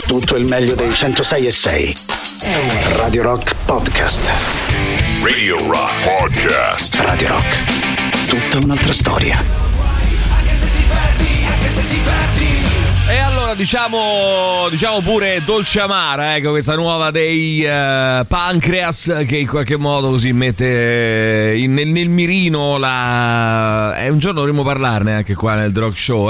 tutto il meglio dei 106.6. Radio Rock Podcast. Radio Rock Podcast. Radio Rock, tutta un'altra storia. E allora diciamo pure dolce amara, ecco, questa nuova dei Pancreas, che in qualche modo così mette nel mirino un giorno dovremmo parlarne anche qua nel The Rock Show,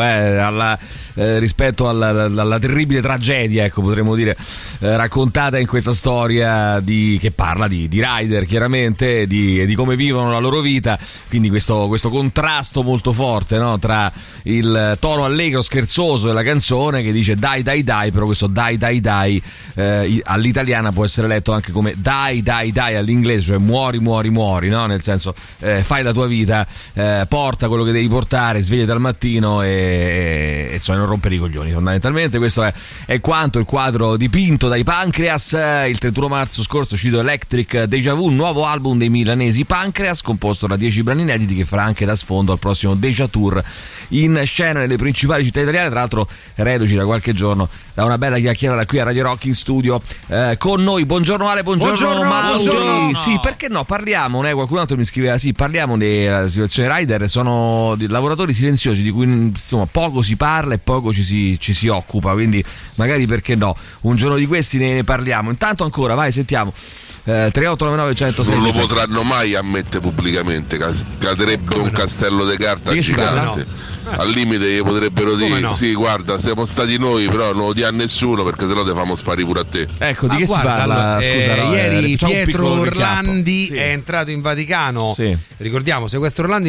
rispetto alla terribile tragedia, ecco, potremmo dire, raccontata in questa storia che parla di rider, chiaramente, e di come vivono la loro vita. Quindi questo contrasto molto forte, no? Tra il tono allegro scherzoso della canzone, che dice dai dai dai, però questo dai dai dai all'italiana può essere letto anche come dai dai dai all'inglese, cioè muori muori muori, no? Nel senso, fai la tua vita, porta quello che devi portare, svegliati al mattino e insomma non rompere i coglioni. Fondamentalmente questo è quanto il quadro dipinto dai Pancreas. Il 31 marzo scorso è uscito Electric Deja Vu, un nuovo album dei milanesi Pancreas, composto da 10 brani inediti, che farà anche da sfondo al prossimo Deja Tour in scena nelle principali città italiane. Tra l'altro reduci da qualche giorno da una bella chiacchierata qui a Radio Rock in studio con noi. Buongiorno Ale, buongiorno Mauri. Buongiorno. Sì, perché no, parliamo, qualcun altro mi scriveva, sì, parliamo della situazione rider. Sono lavoratori silenziosi di cui insomma poco si parla e poco ci si occupa, quindi magari, perché no, un giorno di questi ne parliamo. Intanto ancora, vai, sentiamo 3899 106. Non lo potranno mai ammettere pubblicamente, caderebbe un castello di carta gigante. Al limite gli potrebbero dire, no? Sì, guarda, siamo stati noi, però non lo dia a nessuno, perché sennò te famo sparire pure a te. Ecco, di che si parla? Scusa, ieri Pietro Orlandi è entrato in Vaticano. Sì. Ricordiamo, sequestro Orlandi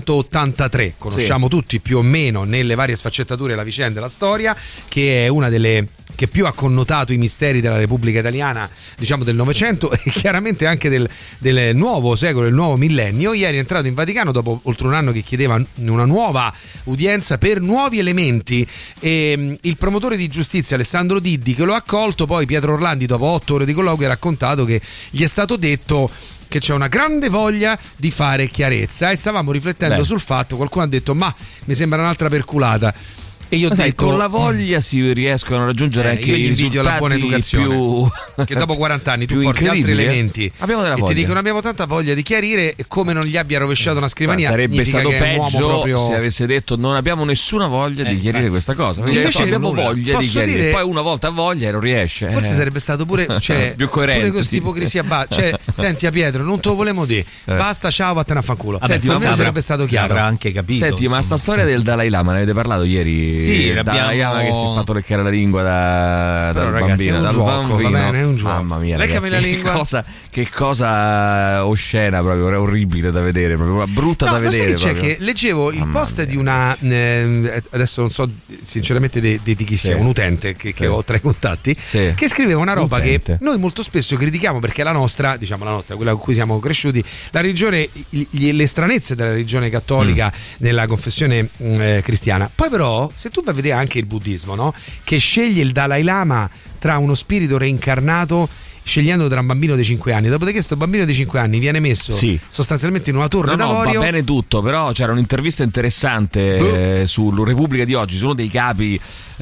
1983. Conosciamo tutti più o meno nelle varie sfaccettature la vicenda e la storia, che è una delle che più ha connotato i misteri della Repubblica Italiana, diciamo del Novecento, e chiaramente anche del nuovo secolo, del nuovo millennio. Ieri è entrato in Vaticano dopo oltre un anno che chiedeva una nuova udienza per nuovi elementi, e il promotore di giustizia Alessandro Diddi, che lo ha accolto, poi Pietro Orlandi dopo 8 ore di colloquio ha raccontato che gli è stato detto che c'è una grande voglia di fare chiarezza, e stavamo riflettendo sul fatto, qualcuno ha detto ma mi sembra un'altra perculata. E io ho detto, con la voglia si riescono a raggiungere anche i risultati la buona educazione, più che dopo 40 anni tu porti altri elementi e ti dicono abbiamo tanta voglia di chiarire, e come non gli abbia rovesciato una scrivania. Sarebbe stato peggio proprio... se avesse detto non abbiamo nessuna voglia di chiarire questa cosa. Invece abbiamo voglia di chiarire, dire... poi una volta voglia e non riesce. Forse sarebbe stato pure più coerente, pure questa ipocrisia senti a Pietro, non te lo volevamo dire, basta, ciao, vattene a fanculo. Senti, ma sarebbe stato chiaro, avrà anche capito. Senti, insomma, ma sta storia del Dalai Lama ne avete parlato ieri? Sì, Dalai Lama che si è fatto leccare la lingua dal ragazzi, bambino, è un gioco, bambino. va bene, è un gioco. Mamma mia, leccami ragazzi, la lingua. Che cosa oscena, proprio, è orribile da vedere, proprio brutta da vedere. C'è che leggevo il post di una adesso non so sinceramente di chi sia, un utente che ho tra i contatti, che scriveva una roba che noi molto spesso critichiamo, perché la nostra, quella con cui siamo cresciuti, la religione, le stranezze della religione cattolica nella confessione cristiana. Poi però se tu vai a vedere anche il buddismo, no? Che sceglie il Dalai Lama tra uno spirito reincarnato, scegliendo tra un bambino di 5 anni, dopodiché questo bambino di 5 anni viene messo sostanzialmente in una torre d'avorio. Va bene tutto, però c'era un'intervista interessante su Repubblica di oggi, su uno dei capi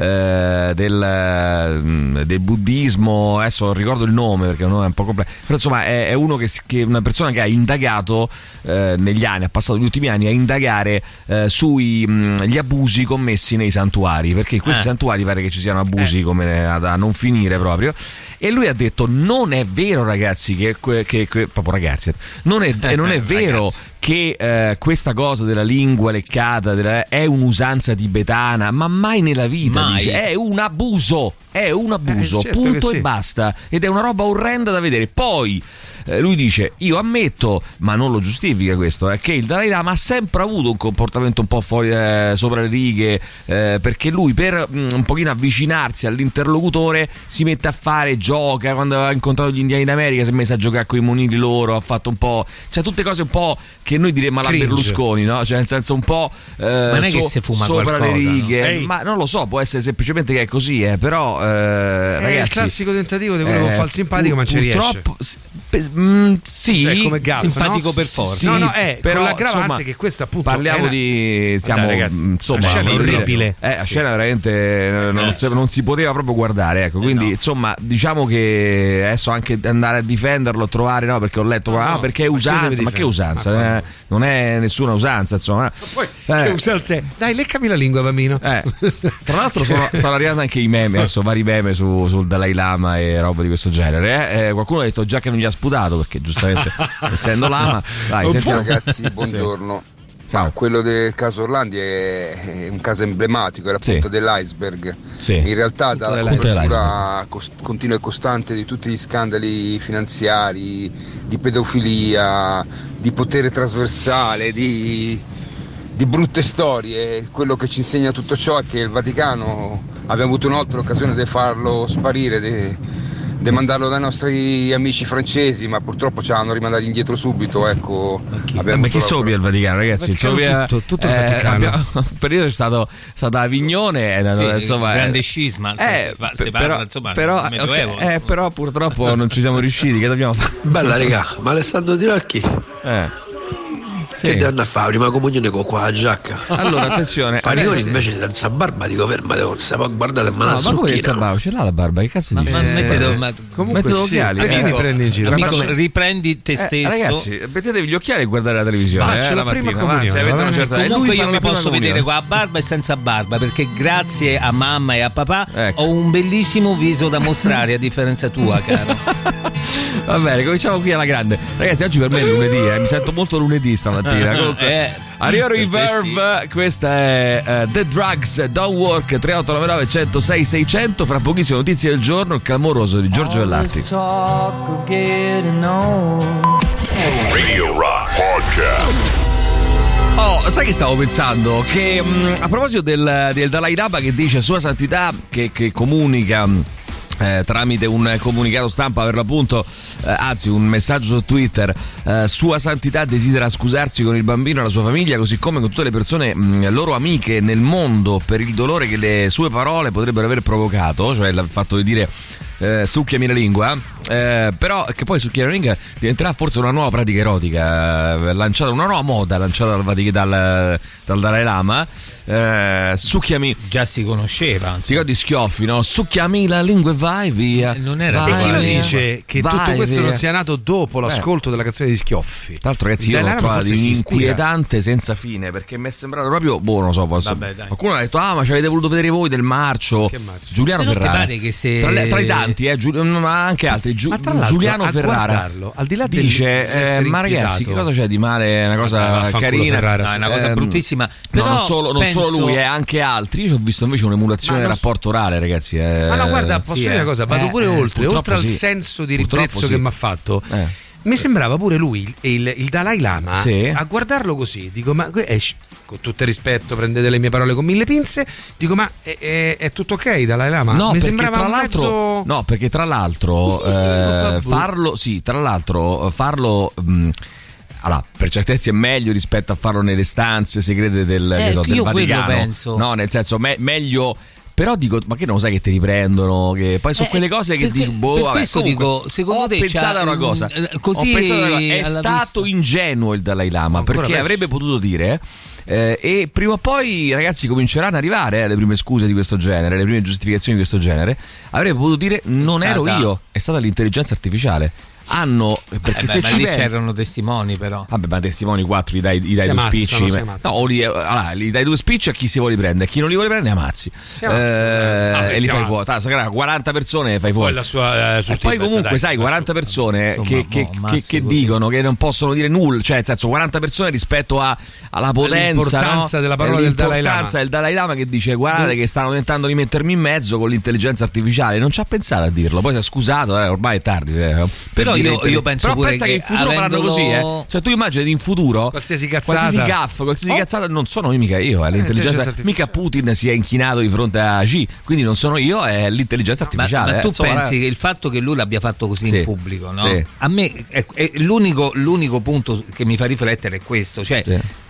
del buddismo, adesso non ricordo il nome perché non è un po' complesso, però insomma è uno che una persona che ha indagato negli anni, ha passato gli ultimi anni a indagare sugli abusi commessi nei santuari, perché in questi santuari pare che ci siano abusi come a non finire proprio. E lui ha detto non è vero ragazzi che proprio ragazzi non è vero ragazzi, che questa cosa della lingua leccata è un'usanza tibetana, ma mai nella vita, dice, è un abuso certo, punto e basta, ed è una roba orrenda da vedere. Poi lui dice, io ammetto, ma non lo giustifica questo, che il Dalai Lama ha sempre avuto un comportamento un po' fuori sopra le righe, perché lui per un pochino avvicinarsi all'interlocutore si mette a fare, gioca, quando ha incontrato gli indiani d'America si è messo a giocare con i monili loro, ha fatto un po', cioè tutte cose un po' che noi diremmo alla Berlusconi, no? Cioè nel senso un po' ma non è che si fuma sopra qualcosa, le righe, no? Ma non lo so, può essere semplicemente che è così, però ragazzi, è il classico tentativo di quello con far simpatico, ma ci riesce. sì, cioè, come Gaff, simpatico, no? per forza. Sì, no, però con l'aggravante che questo appunto parliamo di siamo ragazzi, insomma una scena orribile. La scena veramente non si poteva proprio guardare, ecco, quindi insomma diciamo che adesso anche andare a difenderlo, trovare perché ho letto perché è usanza, ma che usanza, non è nessuna usanza, insomma. Poi che usanza è? Dai, leccami la lingua, bambino. Tra l'altro stanno arrivando anche i meme, adesso vari meme sul Dalai Lama e roba di questo genere. Qualcuno ha detto già che non gli ha sputato, perché giustamente essendo Lama. Dai, ragazzi, buongiorno. Ciao. Quello del caso Orlandi è un caso emblematico, è la punta dell'iceberg. In realtà dalla copertura continua e costante di tutti gli scandali finanziari, di pedofilia, di potere trasversale, di brutte storie, quello che ci insegna tutto ciò è che il Vaticano abbiamo avuto un'altra occasione di farlo sparire, di mandarlo dai nostri amici francesi, ma purtroppo ci hanno rimandati indietro subito, ecco. Ma chi sobia il Vaticano, ragazzi? Tutto il Vaticano. Un periodo è stato Avignone, insomma, grande scisma, si parla insomma del Medioevo. Però purtroppo non ci siamo riusciti, che dobbiamo fare? Bella regà, ma Alessandro Tirocchi che danno a fare prima comunione con qua la giacca. Allora attenzione, Farioli invece senza barba, dico fermate, non si può guardare ma la come senza barba? Ce l'ha la barba, che cazzo dici? Comunque mettete occhiali, perché mi prendi in giro? Amico, riprendi te stesso. Ragazzi, mettetevi gli occhiali e guardate la televisione. Faccio la prima comunione. Comunque io mi posso vedere con la barba e senza barba, perché grazie a mamma e a papà ho un bellissimo viso da mostrare, a differenza tua, caro. Va bene, cominciamo qui alla grande. Ragazzi, oggi per me è lunedì, mi sento molto lunedì stamattina. Arriva Reverb, questa è The Drugs Don't Work, 3899 106 600. Fra pochissime notizie del giorno, il clamoroso di Giorgio Vellati. Radio Rock Podcast. Sai che stavo pensando? Che a proposito del Dalai Lama che dice Sua Santità, che comunica tramite un comunicato stampa, per l'appunto, anzi un messaggio su Twitter, Sua Santità desidera scusarsi con il bambino e la sua famiglia, così come con tutte le persone loro amiche nel mondo, per il dolore che le sue parole potrebbero aver provocato, cioè il fatto di dire succhiami la lingua, però che poi succhiami la lingua diventerà forse una nuova pratica erotica, lanciata, una nuova moda lanciata dal Dalai Lama. Succhiami, già si conosceva, ti ricordi Schioffi, no? Succhiami la lingua e vai via. Non era e chi lo dice che tutto questo via. Non sia nato dopo l'ascolto della canzone di Schioffi? Tra l'altro, ragazzi, io l'ho trovato inquietante senza fine, perché mi è sembrato proprio non so, qualcuno ha detto ma ci avete voluto vedere voi del marcio. Giuliano Ferrara, che se... tra i tanti ma anche altri, Giuliano Ferrara al di là dice ma ragazzi, che cosa c'è di male? È una cosa carina, è una cosa bruttissima, però non solo lui, anche altri. Io ho visto invece un'emulazione del rapporto orale, ragazzi. Ma no, guarda, posso dire una cosa, vado pure oltre al senso di ribrezzo che mi ha fatto. Mi sembrava pure lui, il Dalai Lama, a guardarlo così, dico, ma con tutto il rispetto, prendete le mie parole con 1000 pinze, dico, ma è tutto ok, Dalai Lama? No, mi sembrava tra l'altro, no, perché tra l'altro farlo allora, per certi versi è meglio rispetto a farlo nelle stanze segrete del Vaticano. Penso. No, nel senso meglio. Però dico, ma che non sai che ti riprendono? Che poi sono quelle cose che dico, per questo dico, secondo te pensato a una cosa. Così è stato ingenuo il Dalai Lama, perché avrebbe potuto dire e prima o poi, ragazzi, cominceranno ad arrivare le prime scuse di questo genere, le prime giustificazioni di questo genere. Avrebbe potuto dire non ero io, è stata l'intelligenza artificiale. Perché se ma lì c'erano testimoni, però. Vabbè, ma testimoni 4 gli dai 2 spicci. Gli dai 2 spicci a chi si vuole prendere, a chi non li vuole prendere ammazzi. E li fai fuori. 40 persone fai fuori. E poi comunque sai 40 persone che dicono che non possono dire nulla, cioè nel senso 40 persone rispetto alla potenza, della parola del Dalai Lama. L'importanza del Dalai Lama, che dice guardate che stanno tentando di mettermi in mezzo con l'intelligenza artificiale. Non ci ha pensato a dirlo, poi si è scusato, ormai è tardi. Però io penso però pure pensa che in futuro faranno così, Cioè tu immagini in futuro qualsiasi cazzata non sono mica io, è l'intelligenza mica Putin si è inchinato di fronte a Xi, quindi non sono io, è l'intelligenza artificiale. Ma tu pensi che il fatto che lui l'abbia fatto così in pubblico, no? A me è l'unico punto che mi fa riflettere è questo, cioè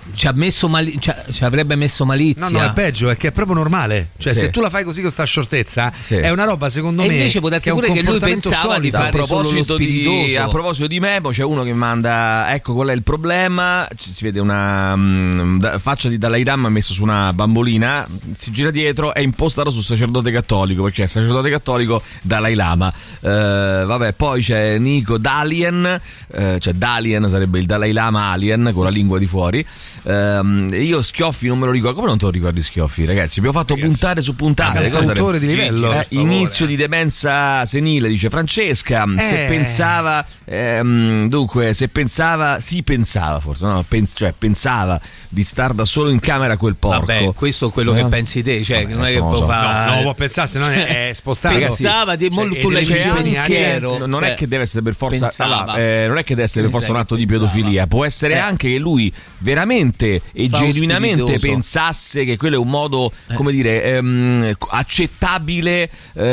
ci avrebbe messo malizia. No, è peggio, è che è proprio normale. Cioè, se tu la fai così con sta scioltezza, è una roba, secondo me. E invece può darsi pure che lui pensava di fare solo lo spiritoso. A proposito di Memo, c'è uno che manda: ecco qual è il problema. Si vede una faccia di Dalai Lama messa su una bambolina, si gira dietro, è impostato sul sacerdote cattolico, perché è sacerdote cattolico Dalai Lama. Vabbè, poi c'è Nico Dalien, cioè Dalien sarebbe il Dalai Lama alien con la lingua di fuori. Io Schioffi non me lo ricordo. Come non te lo ricordi Schioffi, ragazzi? Abbiamo fatto puntate su puntate. Autore di livello. Inizio di demenza senile, dice Francesca. Se pensava, dunque, si pensava forse, no? Cioè pensava di star da solo in camera quel porco. Vabbè, questo è quello che pensi te, cioè vabbè, non è che può fare. No, può pensare, se no è spostato. Pensava di tu l'hai pensiero. Non è che deve essere per forza non è che deve essere per forza un atto di pedofilia, può essere anche che lui veramente e genuinamente pensasse che quello è un modo, come dire, accettabile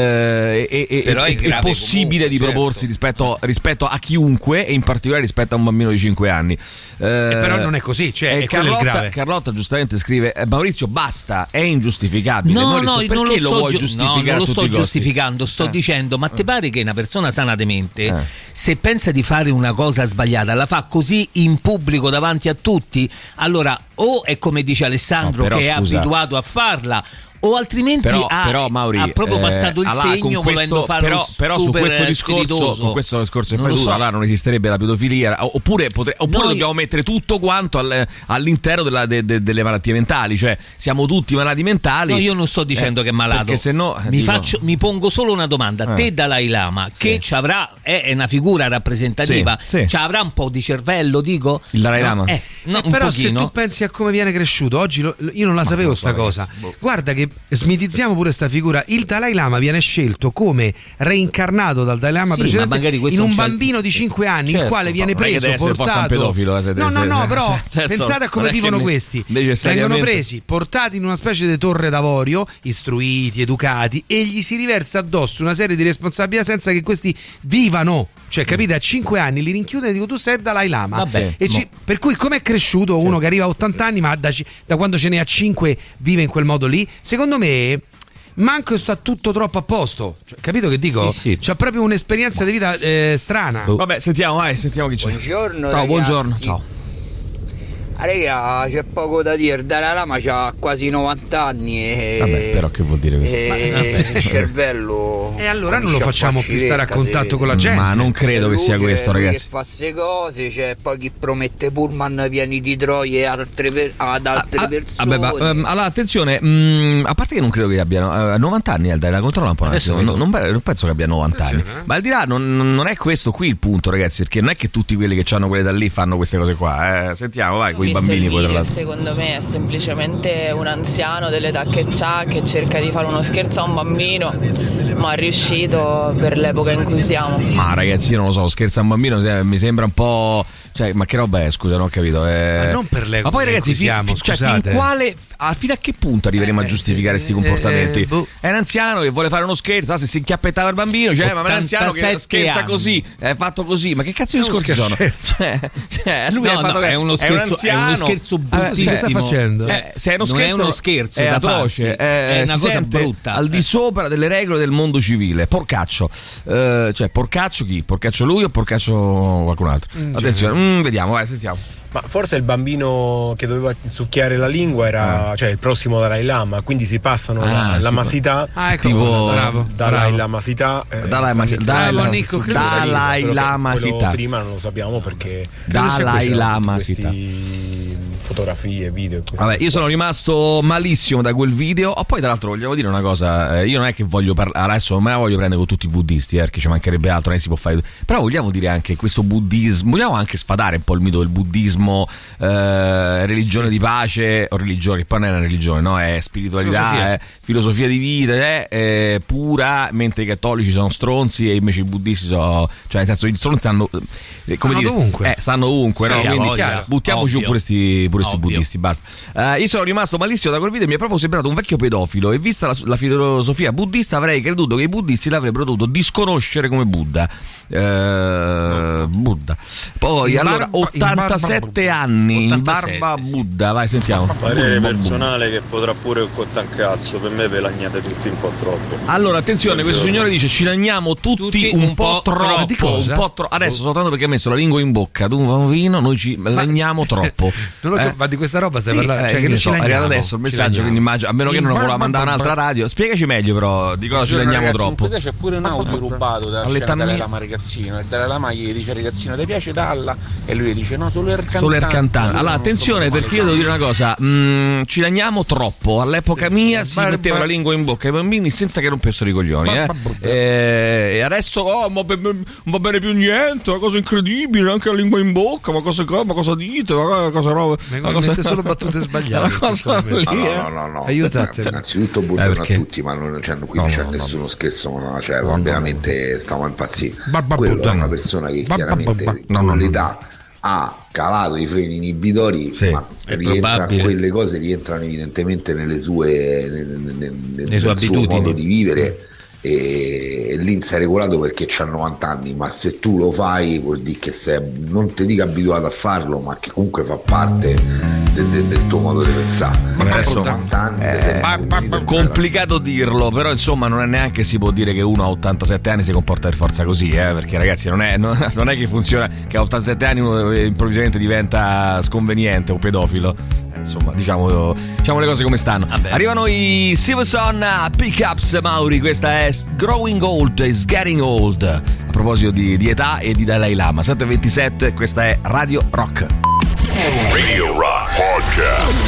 e possibile di proporsi rispetto a chiunque, e in particolare rispetto a un bambino di 5 anni. Però non è così, cioè è quello il grave. Carlotta giustamente scrive: Maurizio, basta, è ingiustificabile. Perché non lo vuoi giustificare? Non lo sto giustificando, sto dicendo, ma ti pare che una persona sana di mente, se pensa di fare una cosa sbagliata, la fa così in pubblico davanti a tutti? Allora, o è come dice Alessandro, che è abituato a farla, o altrimenti però Mauri, ha proprio passato il segno volendo fare però su questo discorso che fai tu, allora non esisterebbe la pedofilia, oppure dobbiamo mettere tutto quanto all'interno delle malattie mentali, cioè siamo tutti malati mentali. No, io non sto dicendo che è malato, perché se no mi pongo solo una domanda. Te Dalai Lama, che ci avrà, è una figura rappresentativa, ci avrà un po' di cervello, dico? Il Dalai Lama? Però se tu pensi a come viene cresciuto oggi, io non la sapevo sta cosa. Guarda che smitizziamo pure sta figura. Il Dalai Lama viene scelto come reincarnato dal Dalai Lama precedente in un bambino di 5 anni, il quale viene preso, portato. No, però pensate a come vivono questi. Vengono presi, portati in una specie di torre d'avorio, istruiti, educati, e gli si riversa addosso una serie di responsabilità senza che questi vivano. Cioè, capite, a 5 anni li rinchiude e dico: tu sei il Dalai Lama. Per cui com'è cresciuto uno che arriva a 80 anni, ma da quando ce n'è a 5 vive in quel modo lì? Secondo me manco sta tutto troppo a posto, cioè, capito che dico? Sì. C'ha proprio un'esperienza di vita strana. Vabbè, sentiamo chi c'è. Buongiorno. Buongiorno. Ciao. Raga, c'è poco da dire. Il Dalai Lama c'ha quasi 90 anni e vabbè, però che vuol dire questo? Il cervello. E allora non lo facciamo più stare a contatto con la gente. Ma non credo che sia questo, ragazzi. Che fa queste cose, c'è poi chi promette pullman pieni di troie ad altre persone. Vabbè, allora attenzione, a parte che non credo che abbiano 90 anni, Dalai, controlla un po'. Non penso che abbia 90 anni. Ma al di là non è questo qui il punto, ragazzi, perché non è che tutti quelli che hanno quelle da lì fanno queste cose qua. Sentiamo, vai, con i bambini. Secondo me è semplicemente un anziano dell'età che c'ha, che cerca di fare uno scherzo a un bambino, ma è riuscito per l'epoca in cui siamo. Ma ragazzi, io non lo so, scherzo a un bambino mi sembra un po', cioè, ma che roba è, scusa, non ho capito. Ma non per l'epoca. Ma poi ragazzi, fino a che punto arriveremo a giustificare questi comportamenti? È un anziano che vuole fare uno scherzo, se si inchiappettava il bambino, cioè, ma è un anziano che scherza anni. Così, è fatto così, ma che cazzo di scherzi sono? Lui è uno scherzo bruttissimo. Che sta facendo? Se è uno scherzo, non è uno scherzo, è atroce, è una cosa brutta, al di sopra delle regole del mondo civile. Porcaccio, cioè porcaccio chi? Porcaccio lui o porcaccio qualcun altro? Attenzione, vediamo, vai, sentiamo. Ma forse il bambino che doveva succhiare la lingua era cioè il prossimo Dalai Lama, quindi si passano la masità, tipo Dalai Lamasità, Dalai Lamasità. Prima non lo sappiamo perché Dalai Lamasità. Fotografie, video. Vabbè, io sono rimasto malissimo da quel video. Poi tra l'altro voglio dire una cosa, io non è che voglio parlare adesso, non me la voglio prendere con tutti i buddisti, perché ci mancherebbe altro, non si può fare. Però vogliamo dire anche questo buddismo, vogliamo anche sfatare un po' il mito del buddismo, religione di pace, o religione, che poi non è una religione, no? È spiritualità, filosofia di vita, pura, mentre i cattolici sono stronzi e invece i buddisti sono, cioè nel senso, gli stronzi stanno ovunque, no? Quindi buttiamoci pure pure sui buddisti, basta. Io sono rimasto malissimo da quel video, mi è proprio sembrato un vecchio pedofilo e vista la filosofia buddista avrei creduto che i buddisti l'avrebbero dovuto disconoscere come Buddha. Buddha. Poi allora 87 anni in barba Buddha, vai sentiamo. Parere personale che potrà pure cottare un cazzo, per me ve lagnate tutti un po' troppo. Allora attenzione, questo signore dice ci lagniamo tutti un po' troppo. Di cosa? Adesso soltanto perché ha messo la lingua in bocca ad un vino, noi ci lagniamo troppo. Ma di questa roba stai parlando? Cioè, che noi è arrivato adesso il messaggio, quindi immagino, a meno che non lo voleva mandare un'altra radio. Spiegaci meglio però di cosa ci lagniamo troppo. C'è pure un audio rubato da Dalai Lama ragazzino, il Dalai Lama gli dice ragazzino ti piace Dalla e lui gli dice no, solo il cantante. Allora attenzione, perché io devo dire una cosa, ci lagniamo troppo. All'epoca mia si metteva la lingua in bocca ai bambini senza che rompessero i coglioni, e adesso non va bene più niente, una cosa incredibile, anche la lingua in bocca, ma cosa dite, mette solo battute sbagliate. No. Aiutate. Innanzitutto buongiorno a tutti, ma non c'è nessuno scherzo, veramente stiamo impazzendo. Quello è una persona che chiaramente con l'età ha calato i freni inibitori, ma quelle cose rientrano evidentemente nel suo modo di vivere, e lì sei regolato perché c'ha 90 anni, ma se tu lo fai vuol dire che sei, non ti dico abituato a farlo, ma che comunque fa parte del tuo modo di pensare. Ma adesso 90 anni, complicato dirlo, però insomma non è neanche si può dire che uno a 87 anni si comporta per forza così, perché ragazzi non è che funziona che a 87 anni uno improvvisamente diventa sconveniente o pedofilo. Insomma, diciamo le cose come stanno. Arrivano i Silverson Pickups, Mauri, questa è Growing Old is Getting Old. A proposito di età e di Dalai Lama. 7:27, questa è Radio Rock. Radio Rock Podcast.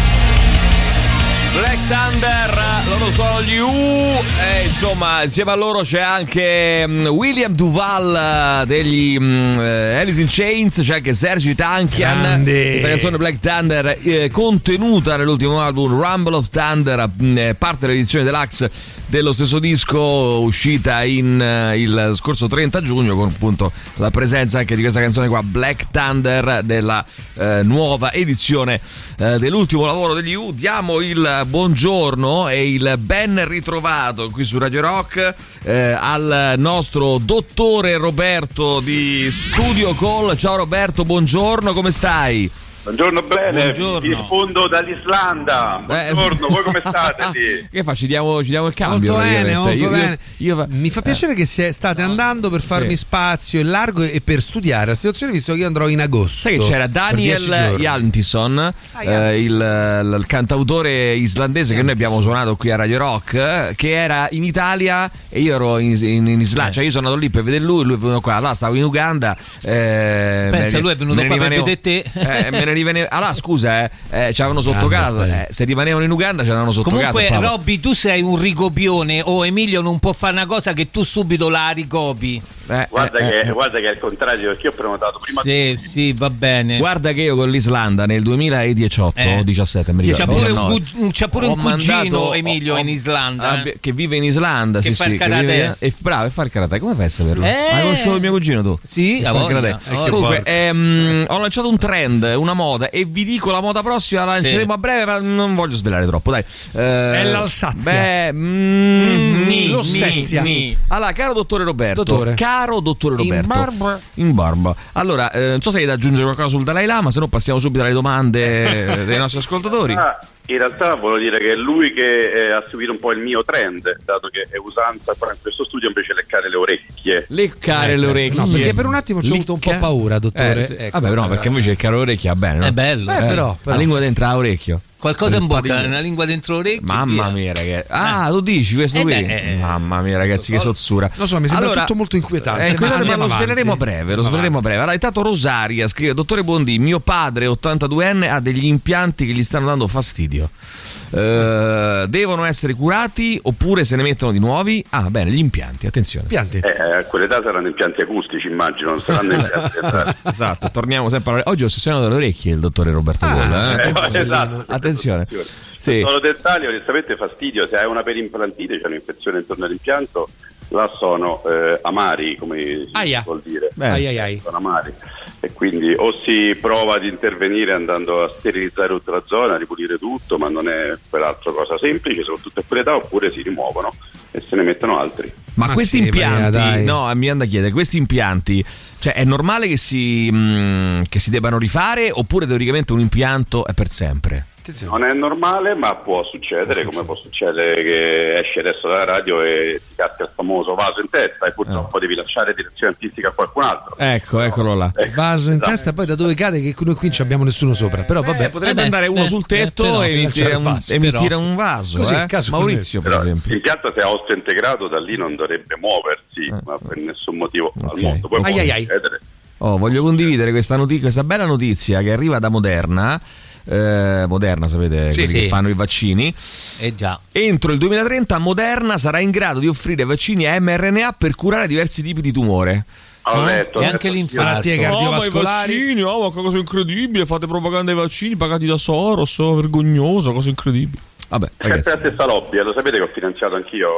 Black Thunder, loro sono gli insomma, insieme a loro c'è anche William Duval degli Alice in Chains, c'è anche Serge Tankian. Questa canzone Black Thunder contenuta nell'ultimo album Rumble of Thunder, parte dell'edizione deluxe dello stesso disco, uscita il scorso 30 giugno, con appunto la presenza anche di questa canzone qua, Black Thunder, della nuova edizione dell'ultimo lavoro degli Diamo il buongiorno e il ben ritrovato qui su Radio Rock al nostro dottore Roberto di Studio Call. Ciao Roberto, buongiorno, come stai? Buongiorno, bene, vi rispondo dall'Islanda. Buongiorno, voi come state lì? Che fa? Ci diamo il cambio. Molto bene. Mi fa piacere che state andando per farmi spazio e largo e per studiare la situazione, visto che io andrò in agosto. Sai che c'era Daniel Jantison, il cantautore islandese che noi abbiamo suonato qui a Radio Rock, che era in Italia e io ero in Islanda. Cioè io sono andato lì per vedere lui è venuto qua. Allora stavo in Uganda. Pensa, lui è venuto qua per vedere te. Allora scusa, c'avevano sotto casa, se rimanevano in Uganda c'erano sotto comunque, casa. Comunque Robby, tu sei un ricopione, Emilio non può fare una cosa che tu subito la ricopi. Guarda che è il contrario, perché io ho prenotato prima. Sì, va bene. Guarda che io con l'Islanda nel 2018 o 17 mi ricordo. C'ha pure un cugino Emilio in Islanda, che vive in Islanda, che fa il karate. Bravo, e fa il karate. Come fai a saperlo? Hai conosciuto il mio cugino tu? Sì, comunque ho lanciato un trend, una moda, e vi dico la moda prossima la lanceremo a breve, ma non voglio svelare troppo, dai. È l'Alsazia. L'Ossetia. Allora, caro dottore Roberto, in barba. Allora, non so se hai da aggiungere qualcosa sul Dalai Lama, se no passiamo subito alle domande dei nostri ascoltatori. In realtà volevo dire che è lui che ha seguito un po' il mio trend, dato che è usanza qua in questo studio invece leccare le orecchie. Leccare le orecchie. No, perché per un attimo ci ho avuto un po' paura, dottore. Ecco. Vabbè, no, perché invece leccare le orecchie va bene, no? È bello. Però. La lingua dentro l'orecchio. Qualcosa in bocca, una lingua dentro l'orecchio. Mamma mia, ragazzi. Lo dici questo qui? Mamma mia, ragazzi, che sozzura. Lo so, mi sembra tutto molto inquietante. Ma lo sveleremo a breve. Allora, intanto Rosaria scrive: dottore Bondi, mio padre 82enne ha degli impianti che gli stanno dando fastidio. Devono essere curati oppure se ne mettono di nuovi? Bene, gli impianti, attenzione. A quell'età saranno impianti acustici, immagino, non saranno impianti. Esatto, torniamo sempre oggi ho ossessionato dalle orecchie il dottore Roberto Bolla. Esatto. Attenzione. Sì. Sono dettagli, onestamente fastidio. Se hai una periimplantite, c'è un'infezione intorno all'impianto, là sono amari, come si vuol dire. Ai. Sono amari. e quindi o si prova ad intervenire andando a sterilizzare tutta la zona, a ripulire tutto, ma non è peraltro cosa semplice, soprattutto a quell'età, oppure si rimuovono e se ne mettono altri. Ma questi impianti, no, mi viene da chiedere, questi impianti, cioè è normale che si debbano rifare, oppure teoricamente un impianto è per sempre? Non è normale, ma può succedere, come può succedere che esce adesso dalla radio e ti casca il famoso vaso in testa e purtroppo devi lasciare direzione artistica a qualcun altro. Eccolo là. Vaso in testa, poi da dove cade che noi qui non abbiamo nessuno sopra. Però vabbè, potrebbe andare uno sul tetto e mi tira un vaso. Così, Maurizio, per esempio. L'impianto, se è osso integrato, da lì non dovrebbe muoversi, ma per nessun motivo al mondo. Poi può succedere. Voglio condividere questa bella notizia che arriva da Moderna. Moderna, sapete, che fanno i vaccini. Già. Entro il 2030 Moderna sarà in grado di offrire vaccini a mRNA per curare diversi tipi di tumore. Ho letto, e anche l'infarto. Cardiovascolari. Ma i vaccini, ma cosa incredibile, fate propaganda ai vaccini pagati da Soros, vergognoso, cosa incredibile. Vabbè, ragazzi. Sempre la stessa lobby, lo sapete che ho finanziato anch'io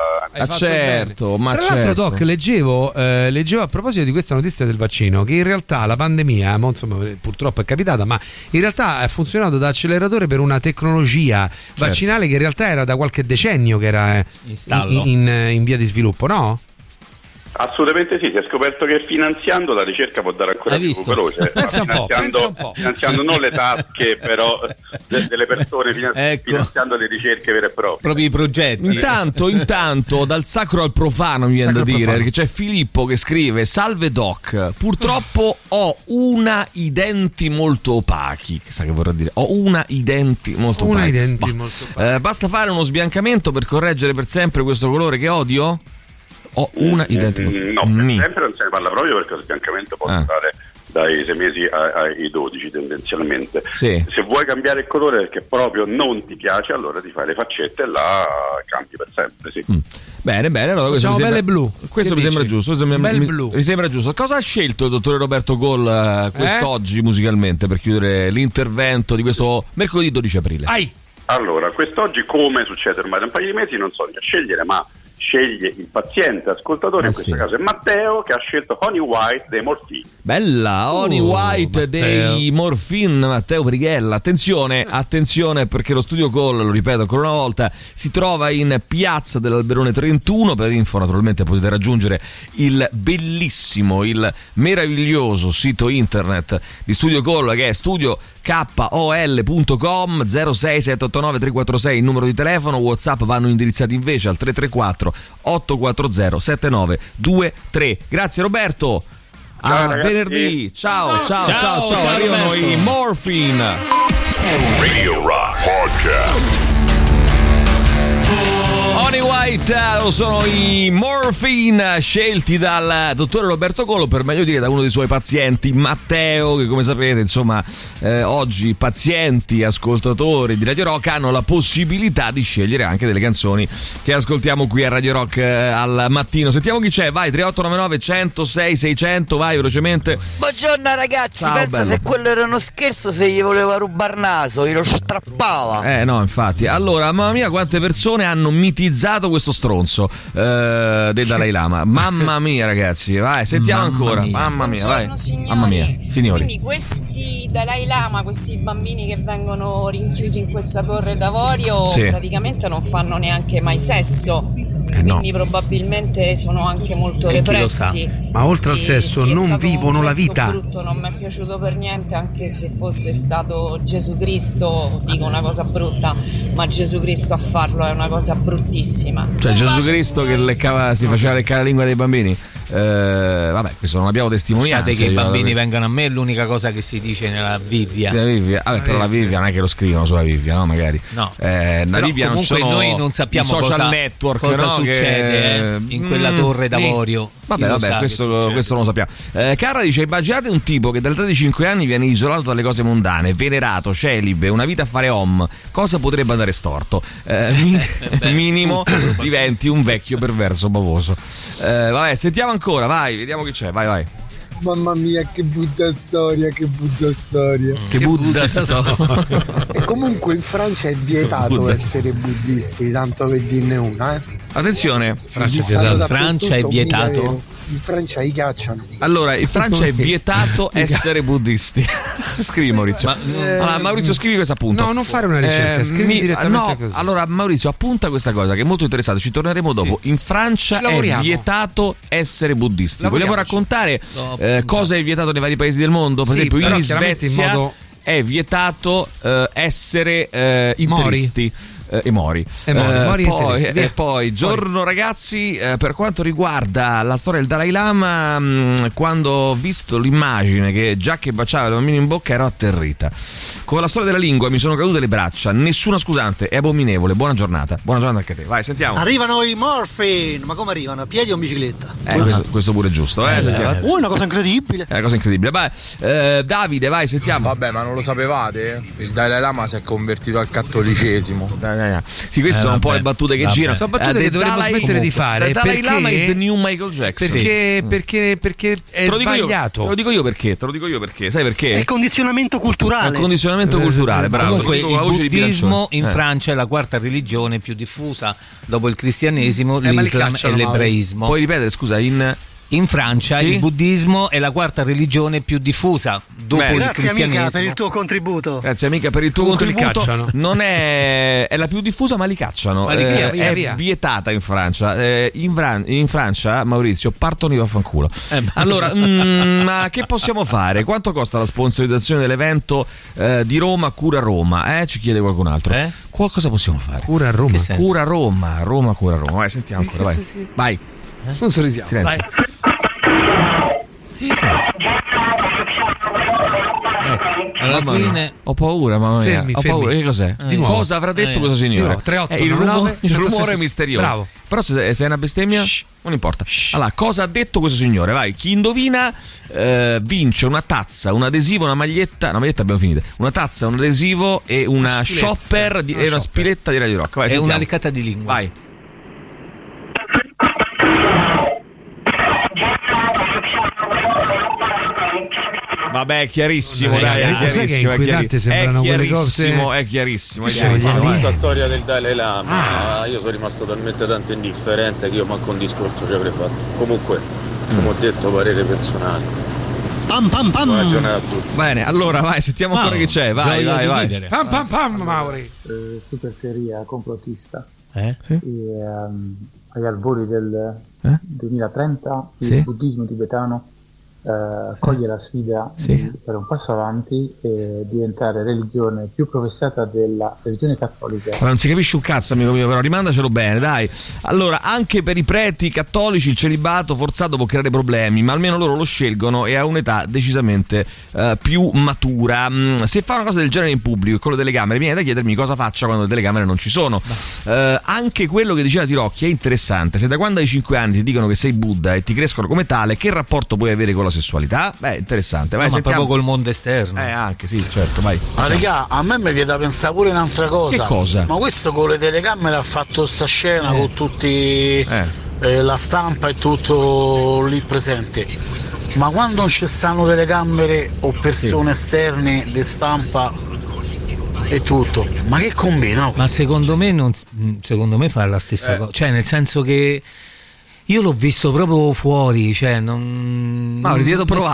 certo, ma tra l'altro Doc, leggevo a proposito di questa notizia del vaccino che in realtà la pandemia, insomma, purtroppo è capitata, ma in realtà ha funzionato da acceleratore per una tecnologia vaccinale che in realtà era da qualche decennio che era in via di sviluppo, no? Assolutamente sì, si è scoperto che finanziando la ricerca può dare ancora più veloce. Pensa un po'. Finanziando non le tasche però delle persone, finanziando le ricerche vere e proprie. Proprio i progetti. Intanto dal sacro al profano mi viene da dire, perché c'è Filippo che scrive: salve Doc, purtroppo ho i denti molto opachi. Chissà che vorrà dire. Ho i denti molto opachi. Basta fare uno sbiancamento per correggere per sempre questo colore che odio? Ho una identica. No, per sempre non se ne parla proprio, perché lo sbiancamento può stare dai 6 mesi ai 12 tendenzialmente. Sì. Se vuoi cambiare il colore perché proprio non ti piace, allora ti fai le faccette e la cambi per sempre. Sì. Bene, allora facciamo belle blu. Questo mi sembra giusto. Mi sembra giusto. Cosa ha scelto il dottore Roberto Goll quest'oggi musicalmente per chiudere l'intervento di questo mercoledì 12 aprile? Allora, quest'oggi, come succede ormai da un paio di mesi, non so neanche scegliere, ma sceglie il paziente ascoltatore, in questo caso è Matteo, che ha scelto Honey White dei Morphine. Bella, Honey White dei Morphine, Matteo Brighella. Attenzione, perché lo Studio Call, lo ripeto ancora una volta, si trova in Piazza dell'Alberone 31. Per info naturalmente potete raggiungere il bellissimo, il meraviglioso sito internet di Studio Call, che è studiokol.com. 06789 346 il numero di telefono. WhatsApp vanno indirizzati invece al 334 840 7923. Grazie Roberto. A venerdì. Ciao. Arrivano i Morphine. Radio Rock Podcast. Honey White, sono i Morphine scelti dal dottore Roberto Collo, per meglio dire da uno dei suoi pazienti, Matteo, che come sapete insomma oggi pazienti ascoltatori di Radio Rock hanno la possibilità di scegliere anche delle canzoni che ascoltiamo qui a Radio Rock al mattino. Sentiamo chi c'è, vai. 3899 106 600, vai velocemente. Buongiorno ragazzi. Ciao, pensa bello. Se quello era uno scherzo, se gli voleva rubare naso glielo strappava. No, infatti. Allora, mamma mia, quante persone hanno mitizzato questo stronzo del Dalai Lama. Mamma mia ragazzi, vai, sentiamo ancora. Mamma mia, vai. Mamma mia, signori. Quindi questi Dalai Lama, questi bambini che vengono rinchiusi in questa torre d'avorio, praticamente non fanno neanche mai sesso, quindi probabilmente sono anche molto repressi. Ma oltre al sesso non vivono la vita. Non mi è piaciuto per niente, anche se fosse stato Gesù Cristo, dico una cosa brutta, ma Gesù Cristo a farlo è una cosa bruttissima. Cioè Gesù Cristo che si faceva leccare la lingua dei bambini. Vabbè, questo non abbiamo testimonianze. Che i bambini vengano a me è l'unica cosa che si dice nella Bibbia. Vabbè, però la Bibbia non è che lo scrivono sulla Bibbia, no? Magari. No. La Bibbia non sono noi non sappiamo social network, cosa succede in quella torre d'avorio. Vabbè, questo non lo sappiamo. Carra dice: immaginate un tipo che dall'età di 5 anni viene isolato dalle cose mondane, venerato, celibe, una vita a fare om. Cosa potrebbe andare storto? Minimo diventi un vecchio perverso bavoso. Vabbè, sentiamo ancora, vai, vediamo chi c'è, vai. Mamma mia, che brutta storia. Che brutta storia. E comunque in Francia è vietato essere buddisti, tanto per dirne una, Attenzione, Francia è vietato. in Francia i cacciano. Allora, in Francia è vietato essere buddisti. Scrivi Maurizio. Maurizio, scrivi questo appunto. No, non fare una ricerca, scrivi direttamente così. Allora Maurizio, appunta questa cosa che è molto interessante, ci torneremo dopo. In Francia è vietato essere buddisti. Vogliamo raccontare cosa è vietato nei vari paesi del mondo? Per esempio in Svezia è vietato essere interisti. E mori. Poi giorno ragazzi, per quanto riguarda la storia del Dalai Lama, quando ho visto l'immagine che già che baciava il bambino in bocca ero atterrita. Con la storia della lingua mi sono cadute le braccia, nessuna scusante, è abominevole. Buona giornata anche a te. Vai, sentiamo. Arrivano i Morphin, ma come arrivano? A piedi o in bicicletta? Questo pure è giusto, una cosa incredibile. È una cosa incredibile. Vai, Davide, vai, sentiamo. Vabbè, ma non lo sapevate? Il Dalai Lama si è convertito al cattolicesimo. Sì, queste sono un po' le battute che girano. Sono battute che dovremmo smettere di fare. Dalai Lama is the new Michael Jackson. Perché è sbagliato. Te lo dico io perché. Sai perché? È il condizionamento culturale. Bravo. Comunque il buddismo in Francia è la quarta religione più diffusa dopo il cristianesimo, l'Islam e l'ebraismo. Puoi ripetere, scusa, in Francia il buddismo è la quarta religione più diffusa dopo il cristianesimo. Grazie amica per il tuo contributo. Grazie amica per il tuo contributo. Non è la più diffusa, ma li cacciano. È vietata in Francia. In Francia, Maurizio, partono io a fanculo. Allora, ma che possiamo fare? Quanto costa la sponsorizzazione dell'evento di Roma Cura Roma? Ci chiede qualcun altro. Cosa possiamo fare? Cura Roma. Cura Roma. Vai, sentiamo ancora. Vai. Vai. Sponsorizziamo. Silenzio. Alla fine ho paura, mamma mia. Ho paura. Che cos'è? Cosa avrà detto questo signore? 3899 il rumore misterioso. Bravo. Però se è una bestemmia, non importa. Allora, cosa ha detto questo signore? Vai, chi indovina vince una tazza, un adesivo, una maglietta abbiamo finito. Una tazza, un adesivo e una shopper e una spilletta di Radio Rock. Vai, una leccata di lingua. Vai. Vabbè, è chiarissimo, dai, è chiarissimo, è chiarissimo. La storia del Dalai Lama, io sono rimasto talmente tanto indifferente che io manco un discorso ci avrei fatto. Comunque, come ho detto, parere personale. Buona giornata a tutti. Bene, allora vai, sentiamo ancora che c'è. Vai. Mauri. Superseria complottista. Sì? Agli albori del 2030 il buddismo tibetano coglie la sfida di fare un passo avanti e diventare religione più professata della religione cattolica. Non si capisce un cazzo, amico mio, però rimandacelo bene, dai. Allora, anche per i preti cattolici il celibato forzato può creare problemi, ma almeno loro lo scelgono e a un'età decisamente più matura. Se fa una cosa del genere in pubblico e con le telecamere, viene da chiedermi cosa faccia quando le telecamere non ci sono. Anche quello che diceva Tirocchi è interessante. Se da quando hai 5 anni ti dicono che sei Buddha e ti crescono come tale, che rapporto puoi avere con la sessualità? Beh, interessante. Vai, ma proprio col mondo esterno. Anche sì, certo, vai. Ma raga, a me mi viene da pensare pure un'altra cosa. Che cosa? Ma questo con le telecamere ha fatto sta scena con tutti la stampa e tutto lì presente. Ma quando non ci stanno telecamere o persone esterne di stampa e tutto, ma che combina? Ma secondo me fa la stessa cosa. Cioè, nel senso che io l'ho visto proprio fuori, cioè non mi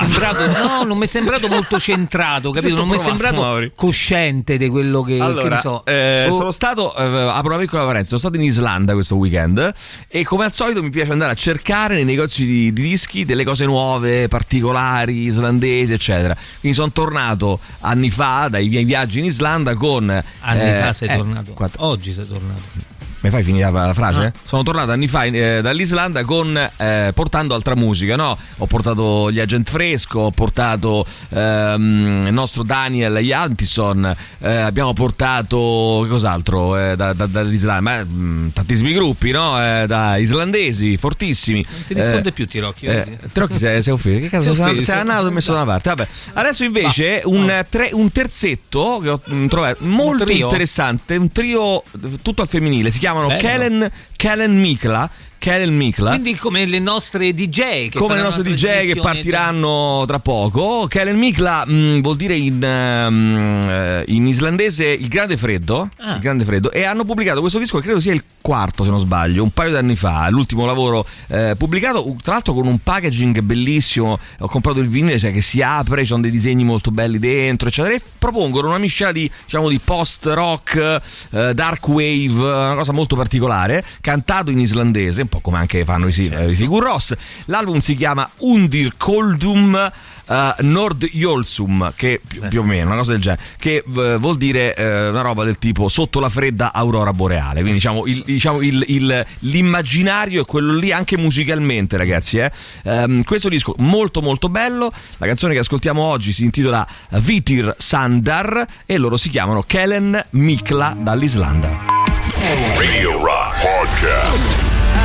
è sembrato molto centrato, capito? Non mi è sembrato cosciente di quello che ne so. Sono stato, apro una piccola parentesi, sono stato in Islanda questo weekend e come al solito mi piace andare a cercare nei negozi di dischi delle cose nuove, particolari, islandesi, eccetera. Quindi sono tornato anni fa dai miei viaggi in Islanda con... Anni fa sei tornato? Oggi sei tornato? Mi fai finire la frase? Sono tornato anni fa dall'Islanda portando altra musica, no? Ho portato gli Agent Fresco, ho portato il nostro Daniel Jantison, abbiamo portato che cos'altro dall'Islanda? Tantissimi gruppi, no? Da islandesi fortissimi. Non ti risponde più Tirocchi. Tirocchi sei offeso. Che cazzo sei andato e messo da una parte? Vabbè. Adesso invece un terzetto che ho trovato molto interessante, un trio tutto al femminile, si chiamano Kellen Kellen Mikla. Quindi come le nostre DJ che partiranno tra poco. Kellen Mikla vuol dire in islandese il grande freddo, e hanno pubblicato questo disco che credo sia il quarto, se non sbaglio, un paio d'anni fa, l'ultimo lavoro pubblicato, tra l'altro con un packaging bellissimo. Ho comprato il vinile, cioè che si apre, ci sono dei disegni molto belli dentro, eccetera, e propongono una miscela di post rock, dark wave, una cosa molto particolare, cantato in islandese, un po' come anche fanno i Sigur Rós. L'album si chiama Undir Koldum Nordjolsum, che più o meno una cosa del genere, che vuol dire una roba del tipo sotto la fredda aurora boreale. Quindi l'immaginario è quello lì anche musicalmente, ragazzi. Questo disco molto molto bello. La canzone che ascoltiamo oggi si intitola Vitir Sandar e loro si chiamano Kellen Mikla dall'Islanda. Radio Rock Podcast.